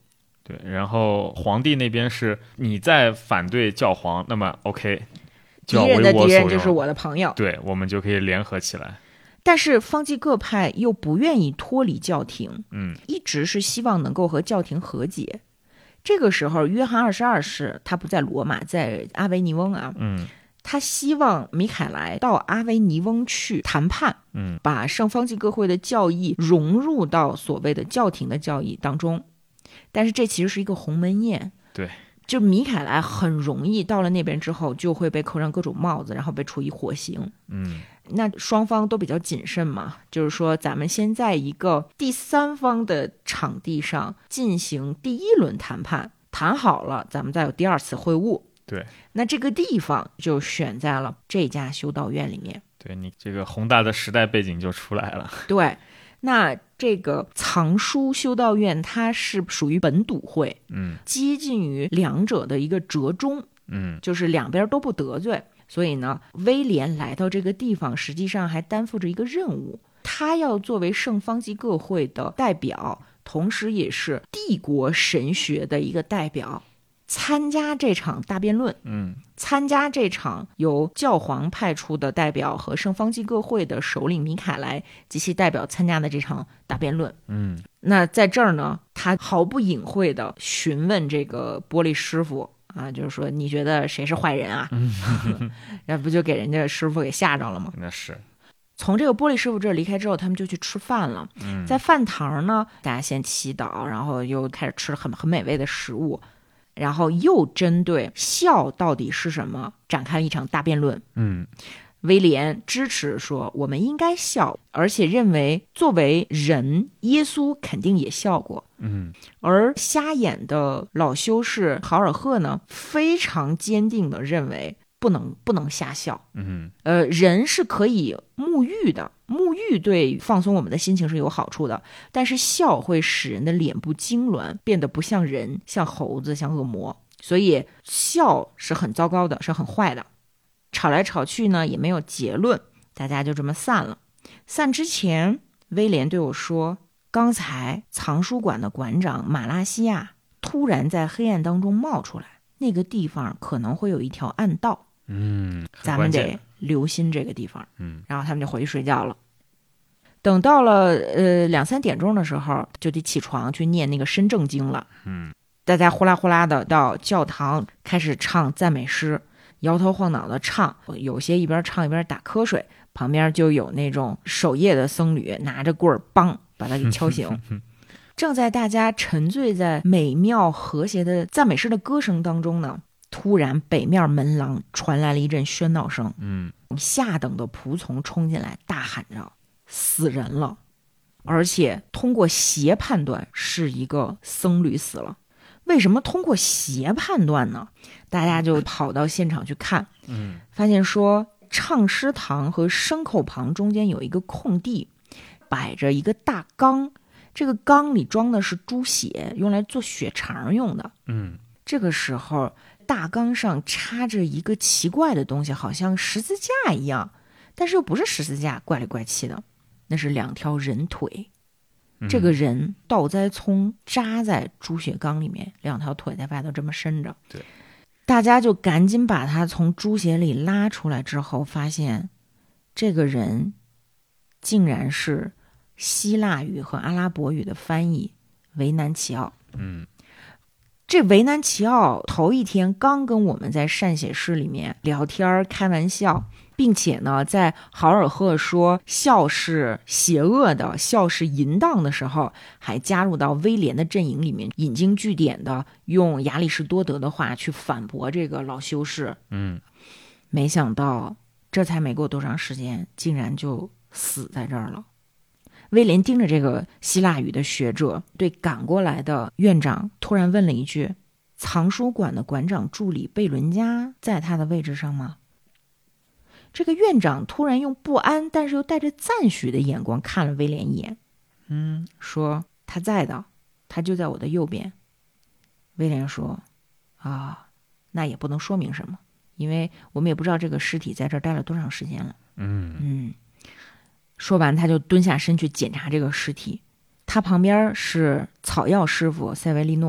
对，然后皇帝那边是你在反对教皇，那么 OK， 就要敌人的为我所用， 敌人就是我的朋友。 对，我们就可以联合起来。 但是方济各派又不愿意脱离教廷，一直是希望能够和教廷和解。这个时候，约翰22世他不在罗马，在阿维尼翁啊，他希望米凯莱到阿维尼翁去谈判，把圣方济各会的教义融入到所谓的教廷的教义当中。但是这其实是一个鸿门宴， 对， 就米凯莱很容易到了那边之后就会被扣上各种帽子，然后被处以火刑。那双方都比较谨慎嘛，就是说咱们先在一个第三方的场地上进行第一轮谈判，谈好了咱们再有第二次会晤。 对， 那这个地方就选在了这家修道院里面。 对，你这个宏大的时代背景就出来了。 对，那这个藏书修道院它是属于本笃会，接近于两者的一个折中，就是两边都不得罪。所以呢，威廉来到这个地方，实际上还担负着一个任务，他要作为圣方济各会的代表，同时也是帝国神学的一个代表，参加这场大辩论，参加这场由教皇派出的代表和圣方济各会的首领米凯莱及其代表参加的这场大辩论。那在这儿呢，他毫不隐晦地询问这个玻璃师傅啊，就是说你觉得谁是坏人啊？那不就给人家师傅给吓着了吗？ 那是。 从这个玻璃师傅这儿离开之后，他们就去吃饭了。在饭堂呢，大家先祈祷，然后又开始吃很美味的食物，然后又针对孝到底是什么展开了一场大辩论。威廉支持说我们应该孝，而且认为作为人，耶稣肯定也孝过。而瞎眼的老修士豪尔赫呢，非常坚定地认为不能瞎孝。人是可以沐浴的，沐浴对放松我们的心情是有好处的，但是孝会使人的脸部痉挛，变得不像人，像猴子，像恶魔。所以孝是很糟糕的，是很坏的。吵来吵去呢，也没有结论，大家就这么散了。散之前，威廉对我说，刚才藏书馆的馆长马拉西亚突然在黑暗当中冒出来，那个地方可能会有一条暗道，咱们得留心这个地方。然后他们就回去睡觉了。等到了2-3点钟的时候，就得起床去念那个申正经了。大家呼啦呼啦的到教堂开始唱赞美诗，摇头晃脑的唱，有些一边唱一边打瞌睡，旁边就有那种守夜的僧侣拿着棍儿梆把他给敲醒。正在大家沉醉在美妙和谐的赞美诗的歌声当中呢，突然北面门廊传来了一阵喧闹声。下等的仆从冲进来大喊着死人了，而且通过邪判断是一个僧侣死了。为什么通过邪判断呢？大家就跑到现场去看，发现说唱诗堂和牲口旁中间有一个空地，摆着一个大缸，这个缸里装的是猪血，用来做血肠用的。这个时候大缸上插着一个奇怪的东西，好像十字架一样，但是又不是十字架，怪里怪气的，那是2条人腿。这个人倒栽葱扎在猪血缸里面，2条腿在外头这么伸着。 对， 大家就赶紧把他从猪血里拉出来之后，发现这个人竟然是希腊语和阿拉伯语的翻译维南奇奥。这维南奇奥头一天刚跟我们在善写诗里面聊天开玩笑，并且呢，在豪尔赫说孝是邪恶的，孝是淫荡的时候，还加入到威廉的阵营里面，引经据典的用亚里士多德的话去反驳这个老修士。没想到这才没过多长时间，竟然就死在这儿了。威廉盯着这个希腊语的学者，对赶过来的院长突然问了一句：藏书馆的馆长助理贝伦加在他的位置上吗？这个院长突然用不安但是又带着赞许的眼光看了威廉一眼，说他在的，他就在我的右边。威廉说啊，那也不能说明什么，因为我们也不知道这个尸体在这儿待了多长时间了。说完他就蹲下身去检查这个尸体，他旁边是草药师傅塞维利诺，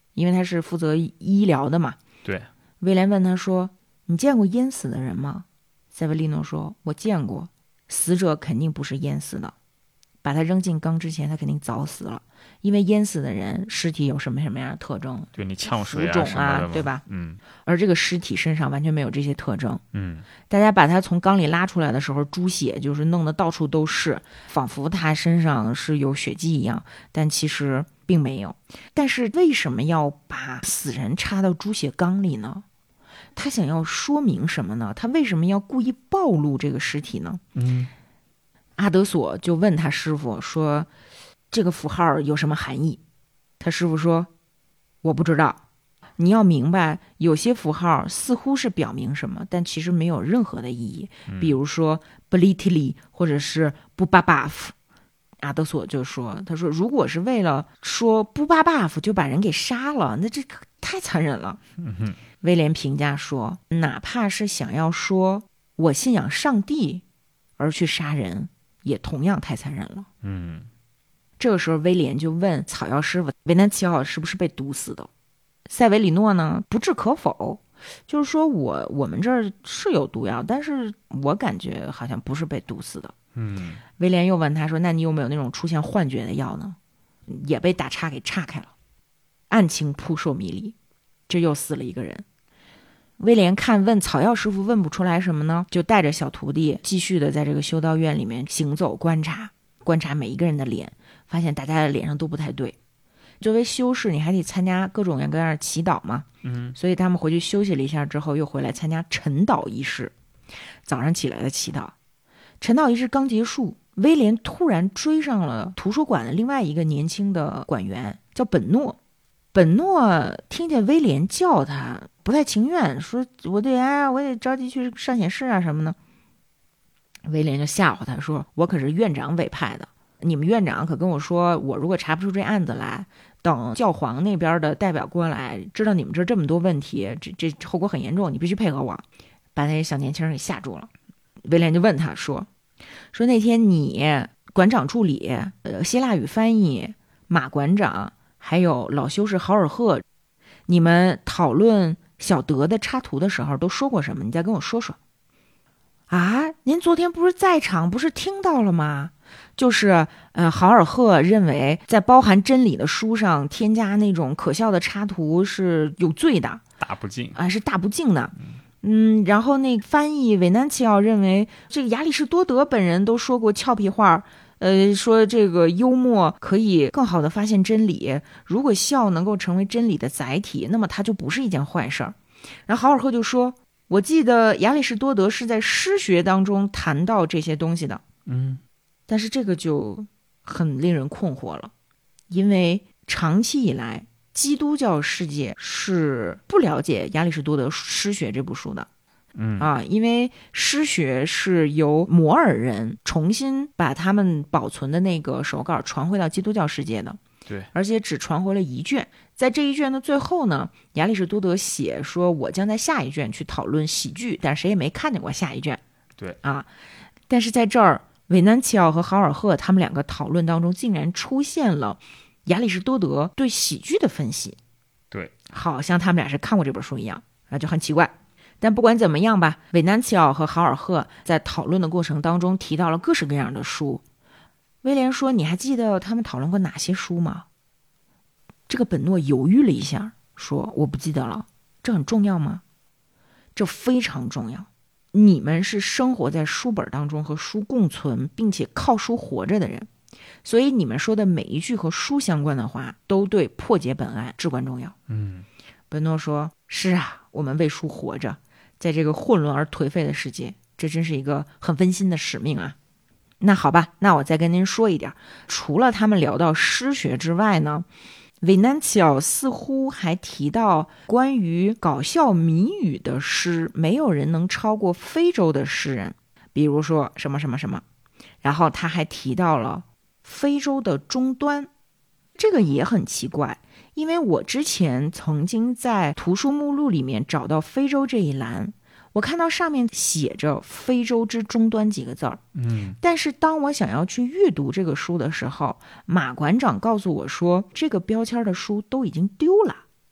因为他是负责医疗的嘛。 对， 威廉问他说：“你见过淹死的人吗？”塞维利诺说：“我见过，死者肯定不是淹死的。把他扔进缸之前，他肯定早死了。因为淹死的人尸体有什么什么样的特征？ 对你呛水浮肿什么的嘛， 对吧？而这个尸体身上完全没有这些特征。大家把他从缸里拉出来的时候，猪血就是弄得到处都是，仿佛他身上是有血迹一样，但其实并没有。但是为什么要把死人插到猪血缸里呢？他想要说明什么呢？他为什么要故意暴露这个尸体呢？阿德索就问他师傅说：“这个符号有什么含义？”他师傅说：“我不知道。你要明白，有些符号似乎是表明什么，但其实没有任何的意义。比如说 Blitli 或者是 Bubabaf。阿德索就说：“他说如果是为了说 Bubabaf 就把人给杀了，那这太残忍了。”威廉评价说：“哪怕是想要说我信仰上帝而去杀人，也同样太残忍了。”这个时候威廉就问草药师傅维南奇奥是不是被毒死的。塞维里诺呢不置可否，就是说我们这儿是有毒药，但是我感觉好像不是被毒死的。威廉又问他说：“那你有没有那种出现幻觉的药呢？”也被打岔给岔开了。案情扑朔迷离，这又死了一个人。威廉看问草药师傅问不出来什么呢，就带着小徒弟继续的在这个修道院里面行走观察每一个人的脸，发现大家的脸上都不太对。作为修士，你还得参加各种各样的祈祷嘛，所以他们回去休息了一下之后，又回来参加晨祷仪式。早上起来的祈祷，晨祷仪式刚结束，威廉突然追上了图书馆的另外一个年轻的馆员，叫本诺。本诺听见威廉叫他，不太情愿，说我得着急去上显示啊什么呢。威廉就吓唬他说：“我可是院长委派的，你们院长可跟我说，我如果查不出这案子来，等教皇那边的代表过来，知道你们这么多问题，这后果很严重，你必须配合我。”把那小年轻人给吓住了。威廉就问他说那天你馆长助理、希腊语翻译、马馆长还有老修士豪尔赫，你们讨论小德的插图的时候都说过什么？你再跟我说说。啊，您昨天不是在场，不是听到了吗？就是豪尔赫认为在包含真理的书上添加那种可笑的插图是有罪的， 大不敬啊，是大不敬的。然后那翻译韦南奇奥认为这个亚里士多德本人都说过俏皮话，说这个幽默可以更好的发现真理，如果笑能够成为真理的载体，那么它就不是一件坏事儿。然后豪尔赫就说：“我记得亚里士多德是在诗学当中谈到这些东西的。”但是这个就很令人困惑了，因为长期以来基督教世界是不了解亚里士多德诗学这部书的。因为诗学是由摩尔人重新把他们保存的那个手稿传回到基督教世界的。 对， 而且只传回了一卷。在这一卷的最后呢，亚里士多德写说：“我将在下一卷去讨论喜剧。”但谁也没看见过下一卷。 对啊，但是在这儿，韦南奇奥和豪尔赫他们两个讨论当中，竟然出现了亚里士多德对喜剧的分析。 对， 好像他们俩是看过这本书一样，就很奇怪。但不管怎么样吧，韦南奇奥和豪尔赫在讨论的过程当中提到了各式各样的书。威廉说：“你还记得他们讨论过哪些书吗？”这个本诺犹豫了一下，说：“我不记得了。”这很重要吗？这非常重要。你们是生活在书本当中和书共存，并且靠书活着的人，所以你们说的每一句和书相关的话，都对破解本案至关重要。本诺说：“是啊，我们为书活着，在这个混乱而颓废的世界，这真是一个很温馨的使命啊。”那好吧，那我再跟您说一点，除了他们聊到诗学之外呢，韦南奇奥似乎还提到关于搞笑谜语的诗，没有人能超过非洲的诗人，比如说什么什么什么。然后他还提到了非洲的终端，这个也很奇怪，因为我之前曾经在图书目录里面找到非洲这一栏，我看到上面写着非洲之终端几个字儿，但是当我想要去阅读这个书的时候，马馆长告诉我说这个标签的书都已经丢了。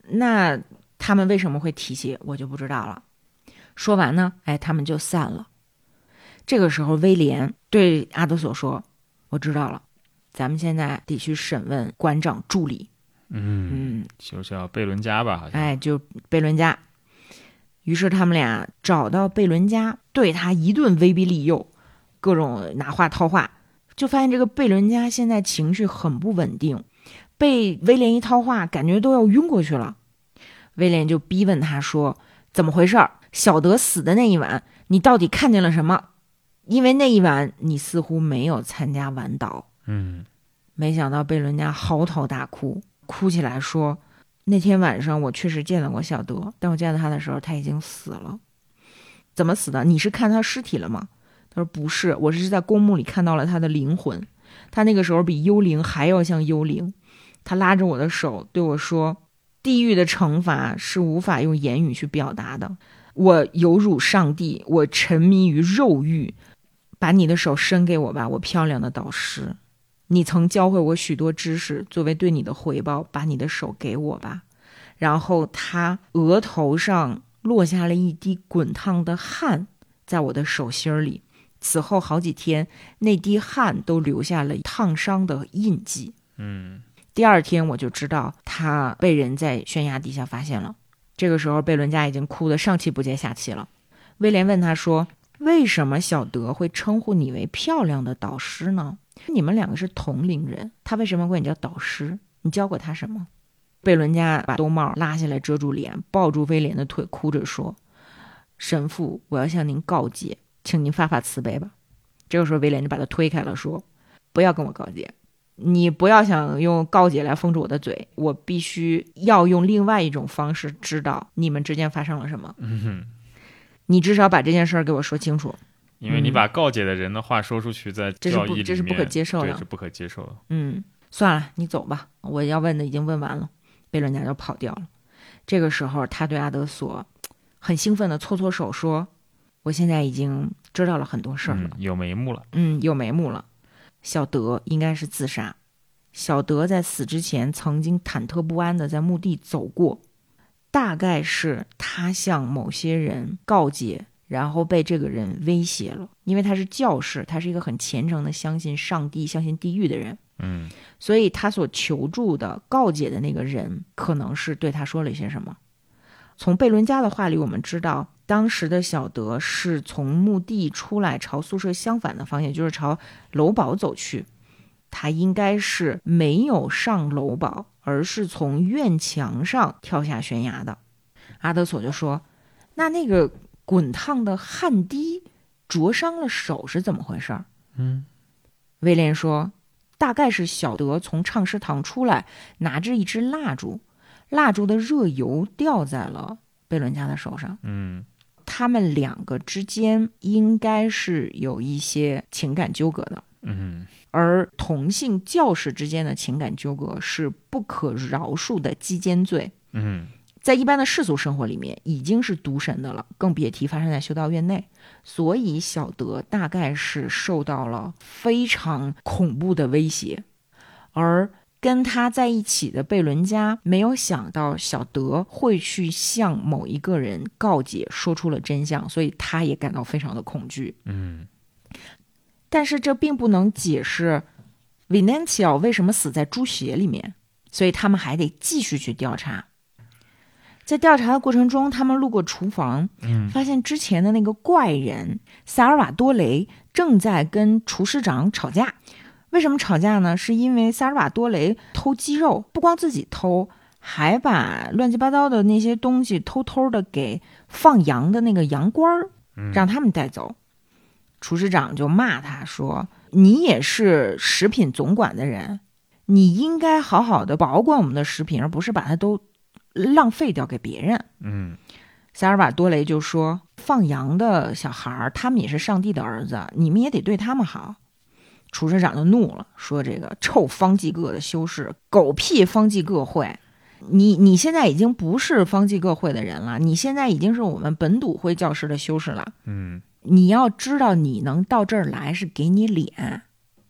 那他们为什么会提起我就不知道了。说完呢，他们就散了。这个时候威廉对阿德索说，我知道了，咱们现在得去审问馆长助理。 就叫贝伦加吧，好像。 就贝伦加。于是他们俩找到贝伦加，对他一顿威逼利诱，各种拿话套话，就发现这个贝伦加现在情绪很不稳定，被威廉一套话感觉都要晕过去了。威廉就逼问他说，怎么回事？小德死的那一晚你到底看见了什么？因为那一晚你似乎没有参加晚祷。没想到贝伦加嚎啕大哭，哭起来说，那天晚上我确实见到过小德，但我见到他的时候他已经死了。怎么死的？你是看他尸体了吗？他说不是，我是在公墓里看到了他的灵魂，他那个时候比幽灵还要像幽灵。他拉着我的手对我说，地狱的惩罚是无法用言语去表达的，我有辱上帝，我沉迷于肉欲，把你的手伸给我吧，我漂亮的导师，你曾教会我许多知识，作为对你的回报，把你的手给我吧。然后他额头上落下了一滴滚烫的汗，在我的手心里，此后好几天那滴汗都留下了烫伤的印记。第二天我就知道他被人在悬崖底下发现了。这个时候贝伦加已经哭得上气不接下气了。威廉问他说，为什么小德会称呼你为漂亮的导师呢？你们两个是同龄人，他为什么管你叫导师？你教过他什么？贝伦加把兜帽拉下来遮住脸，抱住威廉的腿，哭着说，神父，我要向您告诫，请您发发慈悲吧。这个时候威廉就把他推开了，说，不要跟我告诫，你不要想用告诫来封住我的嘴，我必须要用另外一种方式知道你们之间发生了什么。你至少把这件事儿给我说清楚， 因为你把告诫的人的话说出去，在教义里面这是不可接受的， 对，是不可接受的。 算了，你走吧，我要问的已经问完了。贝伦加就跑掉了。这个时候他对阿德索很兴奋地搓搓手说，我现在已经知道了很多事儿了， 有眉目了。 有眉目了。小德应该是自杀，小德在死之前曾经忐忑不安地在墓地走过，大概是他向某些人告诫，然后被这个人威胁了，因为他是教士，他是一个很虔诚的相信上帝相信地狱的人，所以他所求助的告诫的那个人可能是对他说了一些什么。从贝伦加的话里我们知道，当时的小德是从墓地出来朝宿舍相反的方向，就是朝楼堡走去，他应该是没有上楼堡，而是从院墙上跳下悬崖的。阿德索就说，那个滚烫的汗滴灼伤了手是怎么回事？威廉说，大概是小德从唱诗堂出来，拿着一支蜡烛，蜡烛的热油掉在了贝伦加的手上。他们两个之间应该是有一些情感纠葛的。而同性教士之间的情感纠葛是不可饶恕的鸡奸罪。在一般的世俗生活里面已经是渎神的了，更别提发生在修道院内。所以小德大概是受到了非常恐怖的威胁，而跟他在一起的贝伦加没有想到小德会去向某一个人告诫，说出了真相，所以他也感到非常的恐惧。但是这并不能解释 Venancio 为什么死在猪血里面，所以他们还得继续去调查。在调查的过程中，他们路过厨房，发现之前的那个怪人萨尔瓦多雷正在跟厨师长吵架。为什么吵架呢？是因为萨尔瓦多雷偷鸡肉，不光自己偷，还把乱七八糟的那些东西偷偷的给放羊的那个羊倌让他们带走。厨师长就骂他说，你也是食品总管的人，你应该好好的保管我们的食品，而不是把它都浪费掉给别人。萨尔瓦多雷就说，放羊的小孩他们也是上帝的儿子，你们也得对他们好。厨师长就怒了，说这个臭方济各的修士，狗屁方济各会，你现在已经不是方济各会的人了，你现在已经是我们本笃会教师的修士了。你要知道你能到这儿来是给你脸。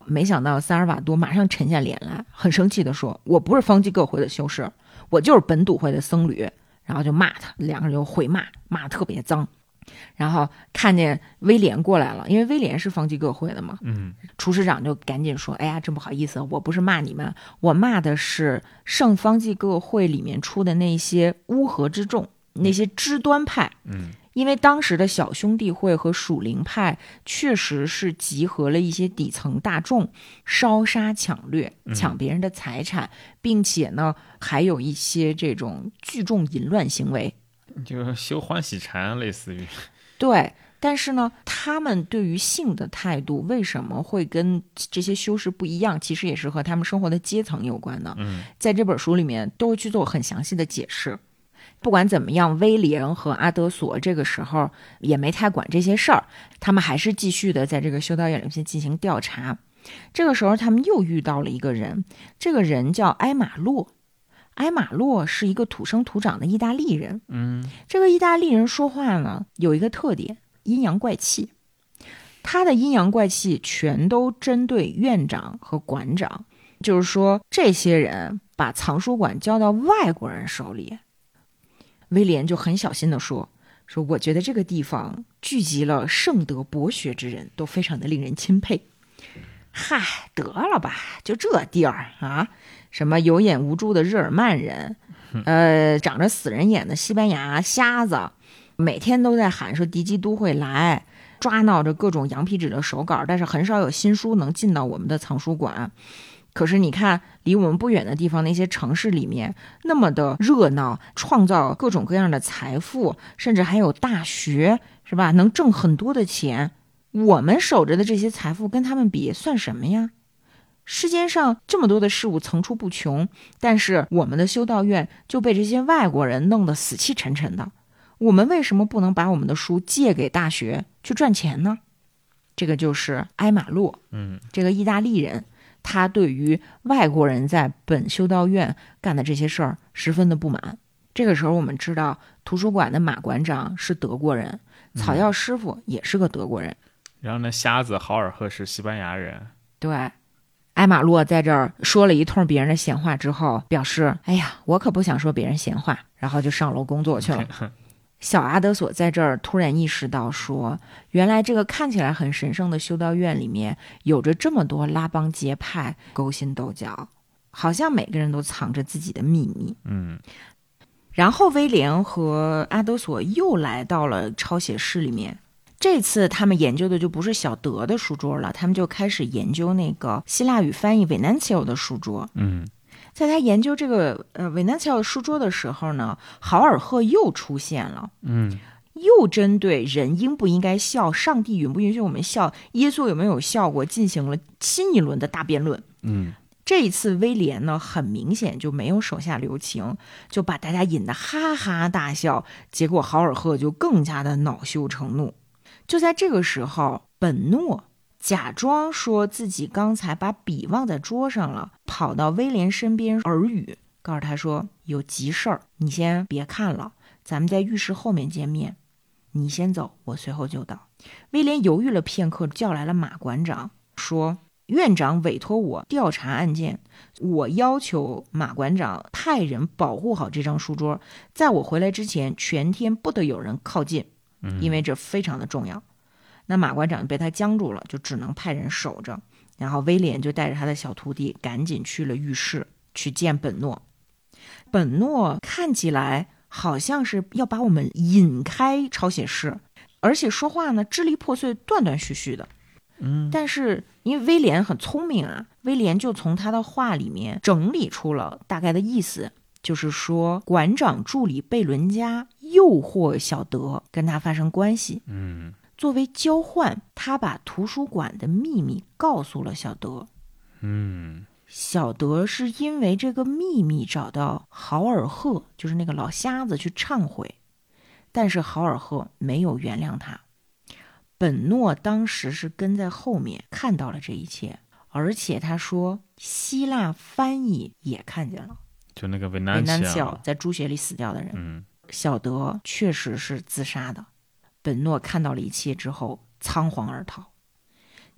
没想到萨尔瓦多马上沉下脸来，很生气地说：“我不是方济各会的修士，我就是本笃会的僧侣。”然后就骂他，两个人就回骂，骂得特别脏。然后看见威廉过来了，因为威廉是方济各会的嘛，厨师长就赶紧说：“哎呀，真不好意思，我不是骂你们，我骂的是圣方济各会里面出的那些乌合之众，那些支端派。”因为当时的小兄弟会和属灵派确实是集合了一些底层大众，烧杀抢掠，抢别人的财产，并且呢，还有一些这种聚众淫乱行为， 就修欢喜禅，类似于。 对。但是呢，他们对于性的态度为什么会跟这些修士不一样？其实也是和他们生活的阶层有关的。在这本书里面都会去做很详细的解释。不管怎么样，威廉和阿德索这个时候也没太管这些事儿，他们还是继续的在这个修道院里面进行调查。这个时候他们又遇到了一个人，这个人叫埃马洛。埃马洛是一个土生土长的意大利人。这个意大利人说话呢有一个特点，阴阳怪气。他的阴阳怪气全都针对院长和馆长，就是说这些人把藏书馆交到外国人手里。威廉就很小心地说我觉得这个地方聚集了圣德博学之人，都非常的令人钦佩。嗨，得了吧，就这地儿啊，什么有眼无珠的日耳曼人，长着死人眼的西班牙瞎子，每天都在喊说敌基督会来，抓闹着各种羊皮纸的手稿，但是很少有新书能进到我们的藏书馆。可是你看离我们不远的地方，那些城市里面那么的热闹，创造各种各样的财富，甚至还有大学，是吧？能挣很多的钱。我们守着的这些财富跟他们比算什么呀？世间上这么多的事物层出不穷，但是我们的修道院就被这些外国人弄得死气沉沉的。我们为什么不能把我们的书借给大学去赚钱呢？这个就是埃马洛，这个意大利人，他对于外国人在本修道院干的这些事儿十分的不满。这个时候我们知道图书馆的马馆长是德国人，草药师傅也是个德国人， 然后那瞎子豪尔赫是西班牙人。 对，埃马洛在这儿说了一通别人的闲话之后，表示哎呀，我可不想说别人闲话，然后就上楼工作去了。小阿德索在这儿突然意识到说，原来这个看起来很神圣的修道院里面有着这么多拉帮结派，勾心斗角，好像每个人都藏着自己的秘密。然后威廉和阿德索又来到了抄写室里面，这次他们研究的就不是小德的书桌了，他们就开始研究那个希腊语翻译维南切奥的书桌。在他研究这个维南切奥的书桌的时候呢，豪尔赫又出现了。又针对人应不应该笑，上帝允不允许我们笑，耶稣有没有笑过，进行了新一轮的大辩论。这一次威廉呢很明显就没有手下留情，就把大家引得哈哈大笑，结果豪尔赫就更加的恼羞成怒。就在这个时候，本诺假装说自己刚才把笔忘在桌上了，跑到威廉身边耳语，告诉他说有急事儿，你先别看了，咱们在浴室后面见面，你先走，我随后就到。威廉犹豫了片刻，叫来了马馆长，说院长委托我调查案件，我要求马馆长派人保护好这张书桌，在我回来之前全天不得有人靠近，因为这非常的重要。那马馆长被他僵住了，就只能派人守着。然后威廉就带着他的小徒弟赶紧去了浴室去见本诺。本诺看起来好像是要把我们引开抄写室，而且说话呢支离破碎，断断续续的。但是因为威廉很聪明啊，威廉就从他的话里面整理出了大概的意思，就是说馆长助理贝伦加诱惑小德跟他发生关系。作为交换，他把图书馆的秘密告诉了小德。小德是因为这个秘密找到豪尔赫，就是那个老瞎子去忏悔，但是豪尔赫没有原谅他。本诺当时是跟在后面看到了这一切，而且他说希腊翻译也看见了， 就那个维南切奥在猪血里死掉的人。小德确实是自杀的。本诺看到了一切之后仓皇而逃。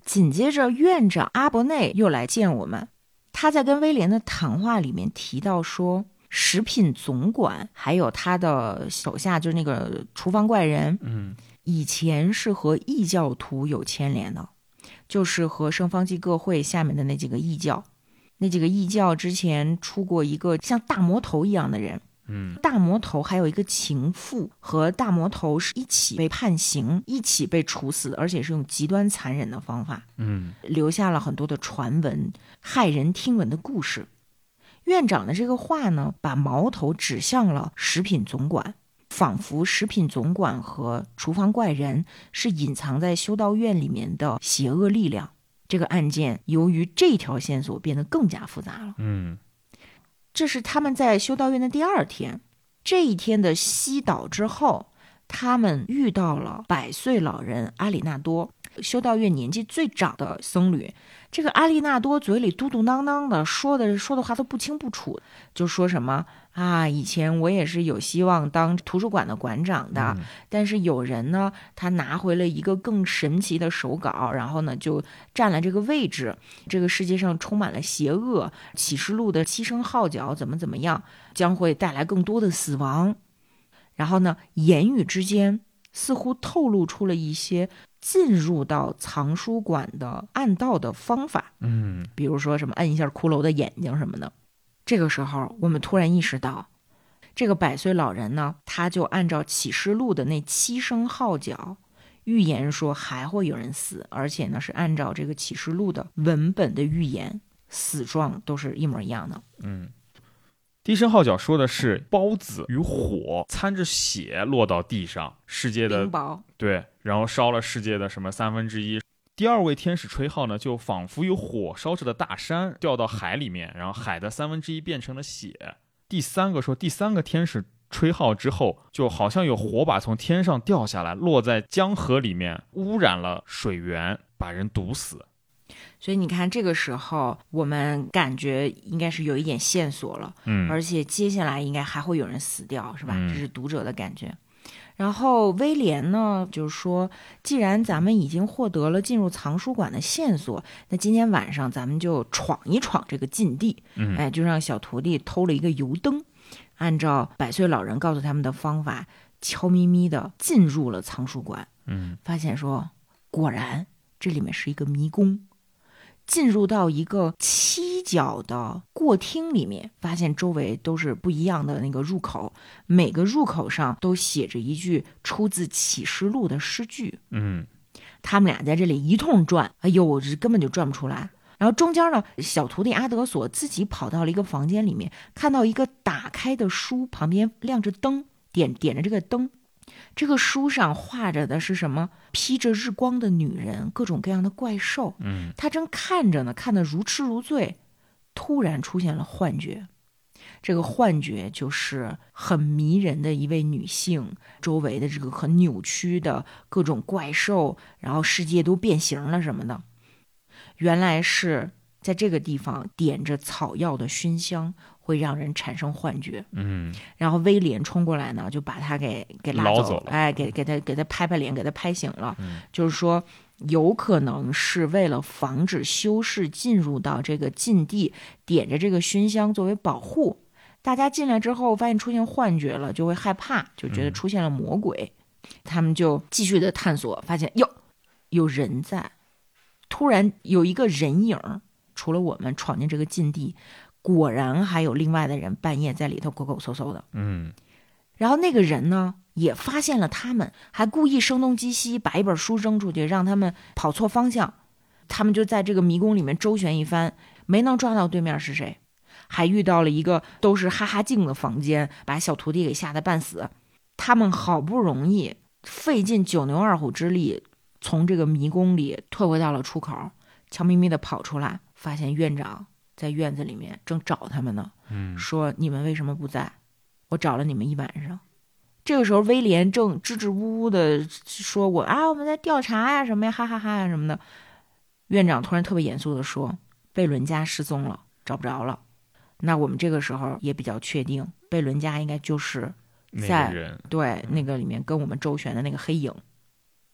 紧接着院长阿伯内又来见我们，他在跟威廉的谈话里面提到说，食品总管还有他的手下就是那个厨房怪人，以前是和异教徒有牵连的，就是和圣方济各会下面的那几个异教。那几个异教之前出过一个像大魔头一样的人，大魔头还有一个情妇和大魔头是一起被判刑，一起被处死，而且是用极端残忍的方法，留下了很多的传闻，骇人听闻的故事。院长的这个话呢，把矛头指向了食品总管，仿佛食品总管和厨房怪人是隐藏在修道院里面的邪恶力量。这个案件由于这条线索变得更加复杂了。这是他们在修道院的第二天，这一天的西岛之后，他们遇到了100岁老人阿里纳多，修道院年纪最长的僧侣。这个阿里纳多嘴里嘟嘟囔囔的，说的话都不清不楚，就说什么啊，以前我也是有希望当图书馆的馆长的，但是有人呢，他拿回了一个更神奇的手稿，然后呢就占了这个位置。这个世界上充满了邪恶，启示录的七声号角怎么样，将会带来更多的死亡。然后呢，言语之间似乎透露出了一些进入到藏书馆的暗道的方法，比如说什么摁一下骷髅的眼睛什么的。这个时候我们突然意识到，这个100岁老人呢，他就按照启示录的那7声号角预言说还会有人死，而且呢是按照这个启示录的文本的预言，死状都是一模一样的。 第一声号角说的是孢子与火掺着血落到地上，世界的冰雹， 对，然后烧了世界的什么1/3。第二位天使吹号呢，就仿佛有火烧着的大山掉到海里面，然后海的1/3变成了血。第三个天使吹号之后，就好像有火把从天上掉下来，落在江河里面，污染了水源，把人毒死。 所以你看，这个时候我们感觉应该是有一点线索了，而且接下来应该还会有人死掉，是吧？这是读者的感觉。然后威廉呢，就是说，既然咱们已经获得了进入藏书馆的线索，那今天晚上咱们就闯一闯这个禁地，就让小徒弟偷了一个油灯，按照100岁老人告诉他们的方法，悄咪咪的进入了藏书馆，发现说，果然这里面是一个迷宫。进入到一个7角的过厅里面，发现周围都是不一样的那个入口，每个入口上都写着一句出自启示录的诗句。他们俩在这里一通转，哎呦，这根本就转不出来。然后中间呢，小徒弟阿德索自己跑到了一个房间里面，看到一个打开的书，旁边亮着灯，点着这个灯。这个书上画着的是什么？披着日光的女人，各种各样的怪兽。他正看着呢，看得如痴如醉，突然出现了幻觉。这个幻觉就是很迷人的一位女性，周围的这个很扭曲的各种怪兽，然后世界都变形了什么的。原来是在这个地方点着草药的熏香会让人产生幻觉。然后威廉冲过来呢，就把他给拉走了，哎，给他拍拍脸，给他拍醒了。就是说有可能是为了防止修士进入到这个禁地，点着这个熏香作为保护。大家进来之后发现出现幻觉了，就会害怕，就觉得出现了魔鬼。他们就继续的探索，发现有人在。突然有一个人影，除了我们闯进这个禁地，果然还有另外的人半夜在里头狗狗嗖嗖的。然后那个人呢也发现了他们，还故意声东击西，把一本书扔出去，让他们跑错方向。他们就在这个迷宫里面周旋一番，没能抓到对面是谁，还遇到了一个都是哈哈镜的房间，把小徒弟给吓得半死。他们好不容易费尽9牛2虎之力，从这个迷宫里退回到了出口，悄咪咪的跑出来，发现院长在院子里面正找他们呢，说你们为什么不在？我找了你们一晚上。这个时候威廉正支支吾吾的说我们在调查呀什么呀，哈哈哈呀什么的。院长突然特别严肃的说，贝伦家失踪了，找不着了。那我们这个时候也比较确定，贝伦家应该就是在那个里面跟我们周旋的那个黑影。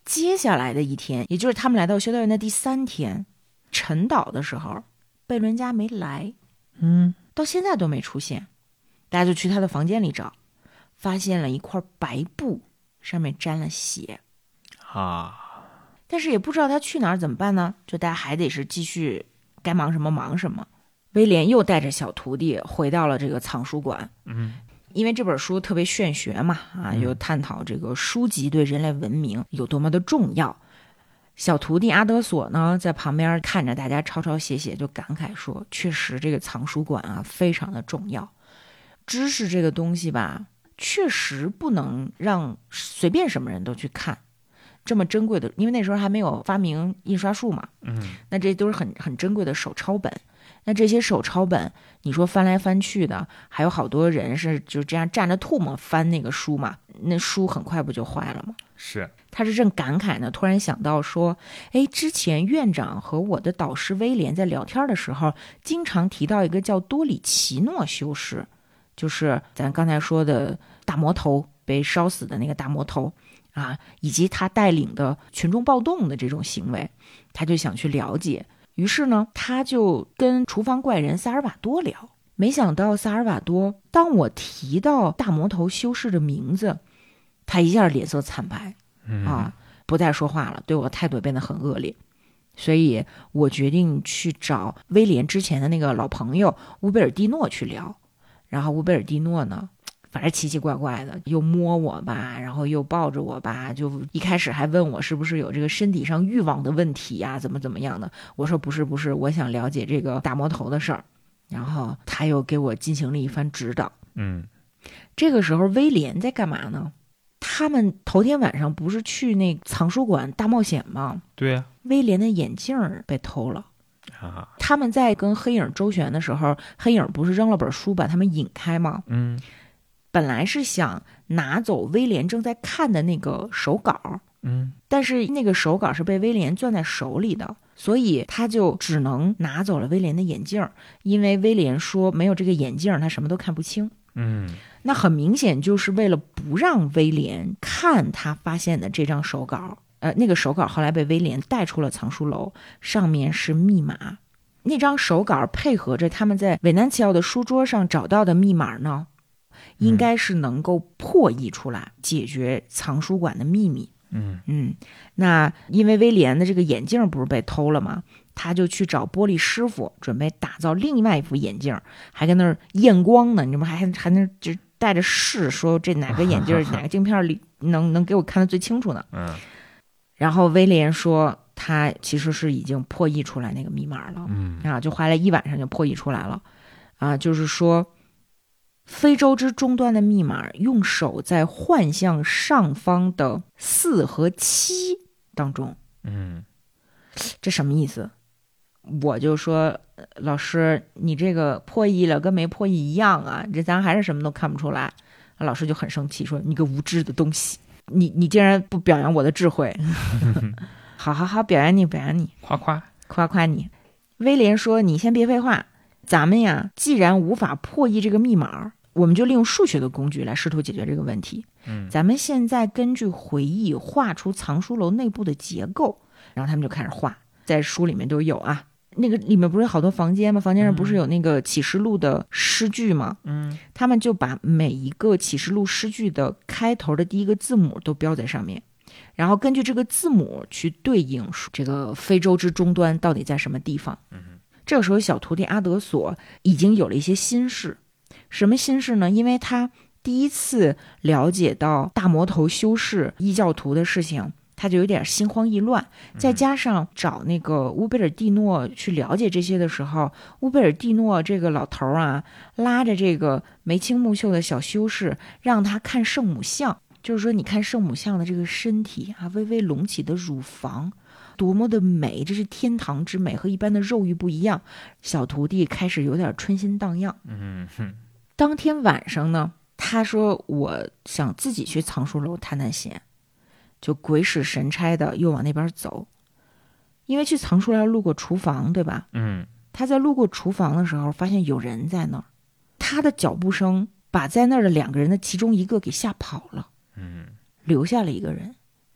接下来的一天，也就是他们来到修道院的第3天，晨祷的时候，贝伦家没来，到现在都没出现。大家就去他的房间里找，发现了一块白布，上面沾了血啊， 但是也不知道他去哪儿，怎么办呢？就大家还得是继续该忙什么忙什么。威廉又带着小徒弟回到了这个藏书馆，因为这本书特别玄学嘛，又探讨这个书籍对人类文明有多么的重要。小徒弟阿德索呢，在旁边看着大家抄抄写写，就感慨说，确实这个藏书馆啊非常的重要。知识这个东西吧，确实不能让随便什么人都去看，这么珍贵的，因为那时候还没有发明印刷术嘛，那这都是很珍贵的手抄本。那这些手抄本，你说翻来翻去的，还有好多人是就这样蘸着唾沫翻那个书嘛，那书很快不就坏了吗？ 是， 他是正感慨呢，突然想到说，之前院长和我的导师威廉在聊天的时候，经常提到一个叫多里奇诺修士，就是咱刚才说的大魔头被烧死的那个大魔头啊，以及他带领的群众暴动的这种行为，他就想去了解。于是呢，他就跟厨房怪人萨尔瓦多聊。没想到萨尔瓦多，当我提到大魔头修士的名字，他一下脸色惨白不再说话了，对我态度变得很恶劣。所以我决定去找威廉之前的那个老朋友乌贝尔蒂诺去聊。然后乌贝尔蒂诺呢，反正奇奇怪怪的，又摸我吧，然后又抱着我吧，就一开始还问我是不是有这个身体上欲望的问题呀，怎么样的。我说不是，我想了解这个大魔头的事儿。然后他又给我进行了一番指导。这个时候威廉在干嘛呢？他们头天晚上不是去那藏书馆大冒险吗？ 对呀。 威廉的眼镜被偷了他们在跟黑影周旋的时候，黑影不是扔了本书把他们引开吗？本来是想拿走威廉正在看的那个手稿，但是那个手稿是被威廉攥在手里的，所以他就只能拿走了威廉的眼镜，因为威廉说没有这个眼镜他什么都看不清。那很明显就是为了不让威廉看他发现的这张手稿。那个手稿后来被威廉带出了藏书楼，上面是密码。那张手稿配合着他们在韦南奇奥的书桌上找到的密码呢，应该是能够破译出来，解决藏书馆的秘密。那因为威廉的这个眼镜不是被偷了吗？他就去找玻璃师傅，准备打造另外一副眼镜，还跟那儿验光呢，你知道吗？还能就带着试，说这哪个眼镜哪个镜片里能给我看得最清楚呢？然后威廉说他其实是已经破译出来那个密码了，就花了1晚上就破译出来了，就是说非洲之终端的密码用手在幻象上方的4和7当中。这什么意思？我就说老师，你这个破译了跟没破译一样啊，这咱还是什么都看不出来。老师就很生气，说你个无知的东西，你竟然不表扬我的智慧。好，表扬你，夸夸你。威廉说，你先别废话，咱们呀既然无法破译这个密码，我们就利用数学的工具来试图解决这个问题。咱们现在根据回忆画出藏书楼内部的结构。然后他们就开始画，在书里面都有那个里面不是有好多房间吗？房间上不是有那个启示录的诗句吗？他们就把每一个启示录诗句的开头的第一个字母都标在上面，然后根据这个字母去对应这个非洲之终端到底在什么地方。这个时候小徒弟阿德索已经有了一些心事。什么心事呢？因为他第一次了解到大魔头修士异教徒的事情，他就有点心慌意乱，再加上找那个乌贝尔蒂诺去了解这些的时候，乌贝尔蒂诺这个老头拉着这个眉清目秀的小修士，让他看圣母像，就是说你看圣母像的这个身体微微隆起的乳房多么的美，这是天堂之美，和一般的肉欲不一样。小徒弟开始有点春心荡漾。当天晚上呢，他说我想自己去藏书楼探探险，就鬼使神差的又往那边走。因为去藏书楼要路过厨房，对吧？他在路过厨房的时候发现有人在那儿，他的脚步声把在那儿的2个人的其中一个给吓跑了，留下了一个人，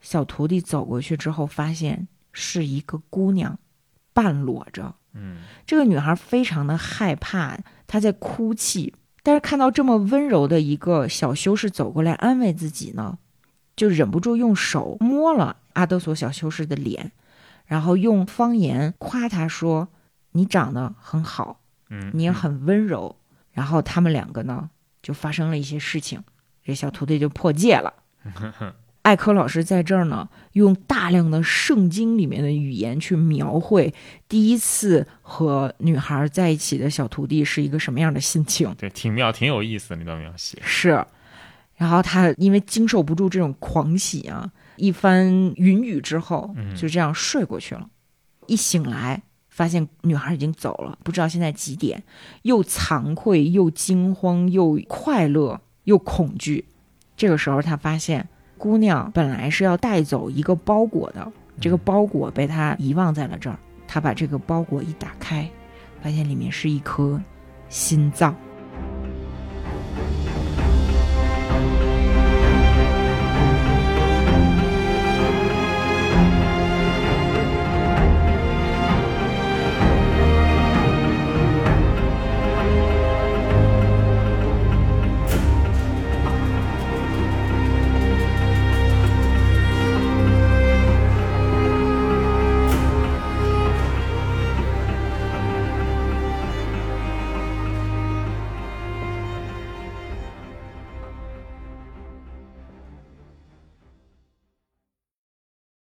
小徒弟走过去之后，发现是一个姑娘，半裸着。这个女孩非常的害怕，她在哭泣，但是看到这么温柔的一个小修士走过来安慰自己呢，就忍不住用手摸了阿德索小修士的脸，然后用方言夸他说：“你长得很好，你也很温柔。”然后他们两个呢就发生了一些事情，这小徒弟就破戒了。艾科老师在这儿呢，用大量的圣经里面的语言去描绘第一次和女孩在一起的小徒弟是一个什么样的心情。 对，挺妙，挺有意思的那段描写。 是，然后他因为经受不住这种狂喜啊，一番云雨之后，就这样睡过去了。一醒来，发现女孩已经走了，不知道现在几点，又惭愧又惊慌又快乐又恐惧。这个时候他发现姑娘本来是要带走一个包裹的，这个包裹被他遗忘在了这儿。他把这个包裹一打开，发现里面是一颗心脏。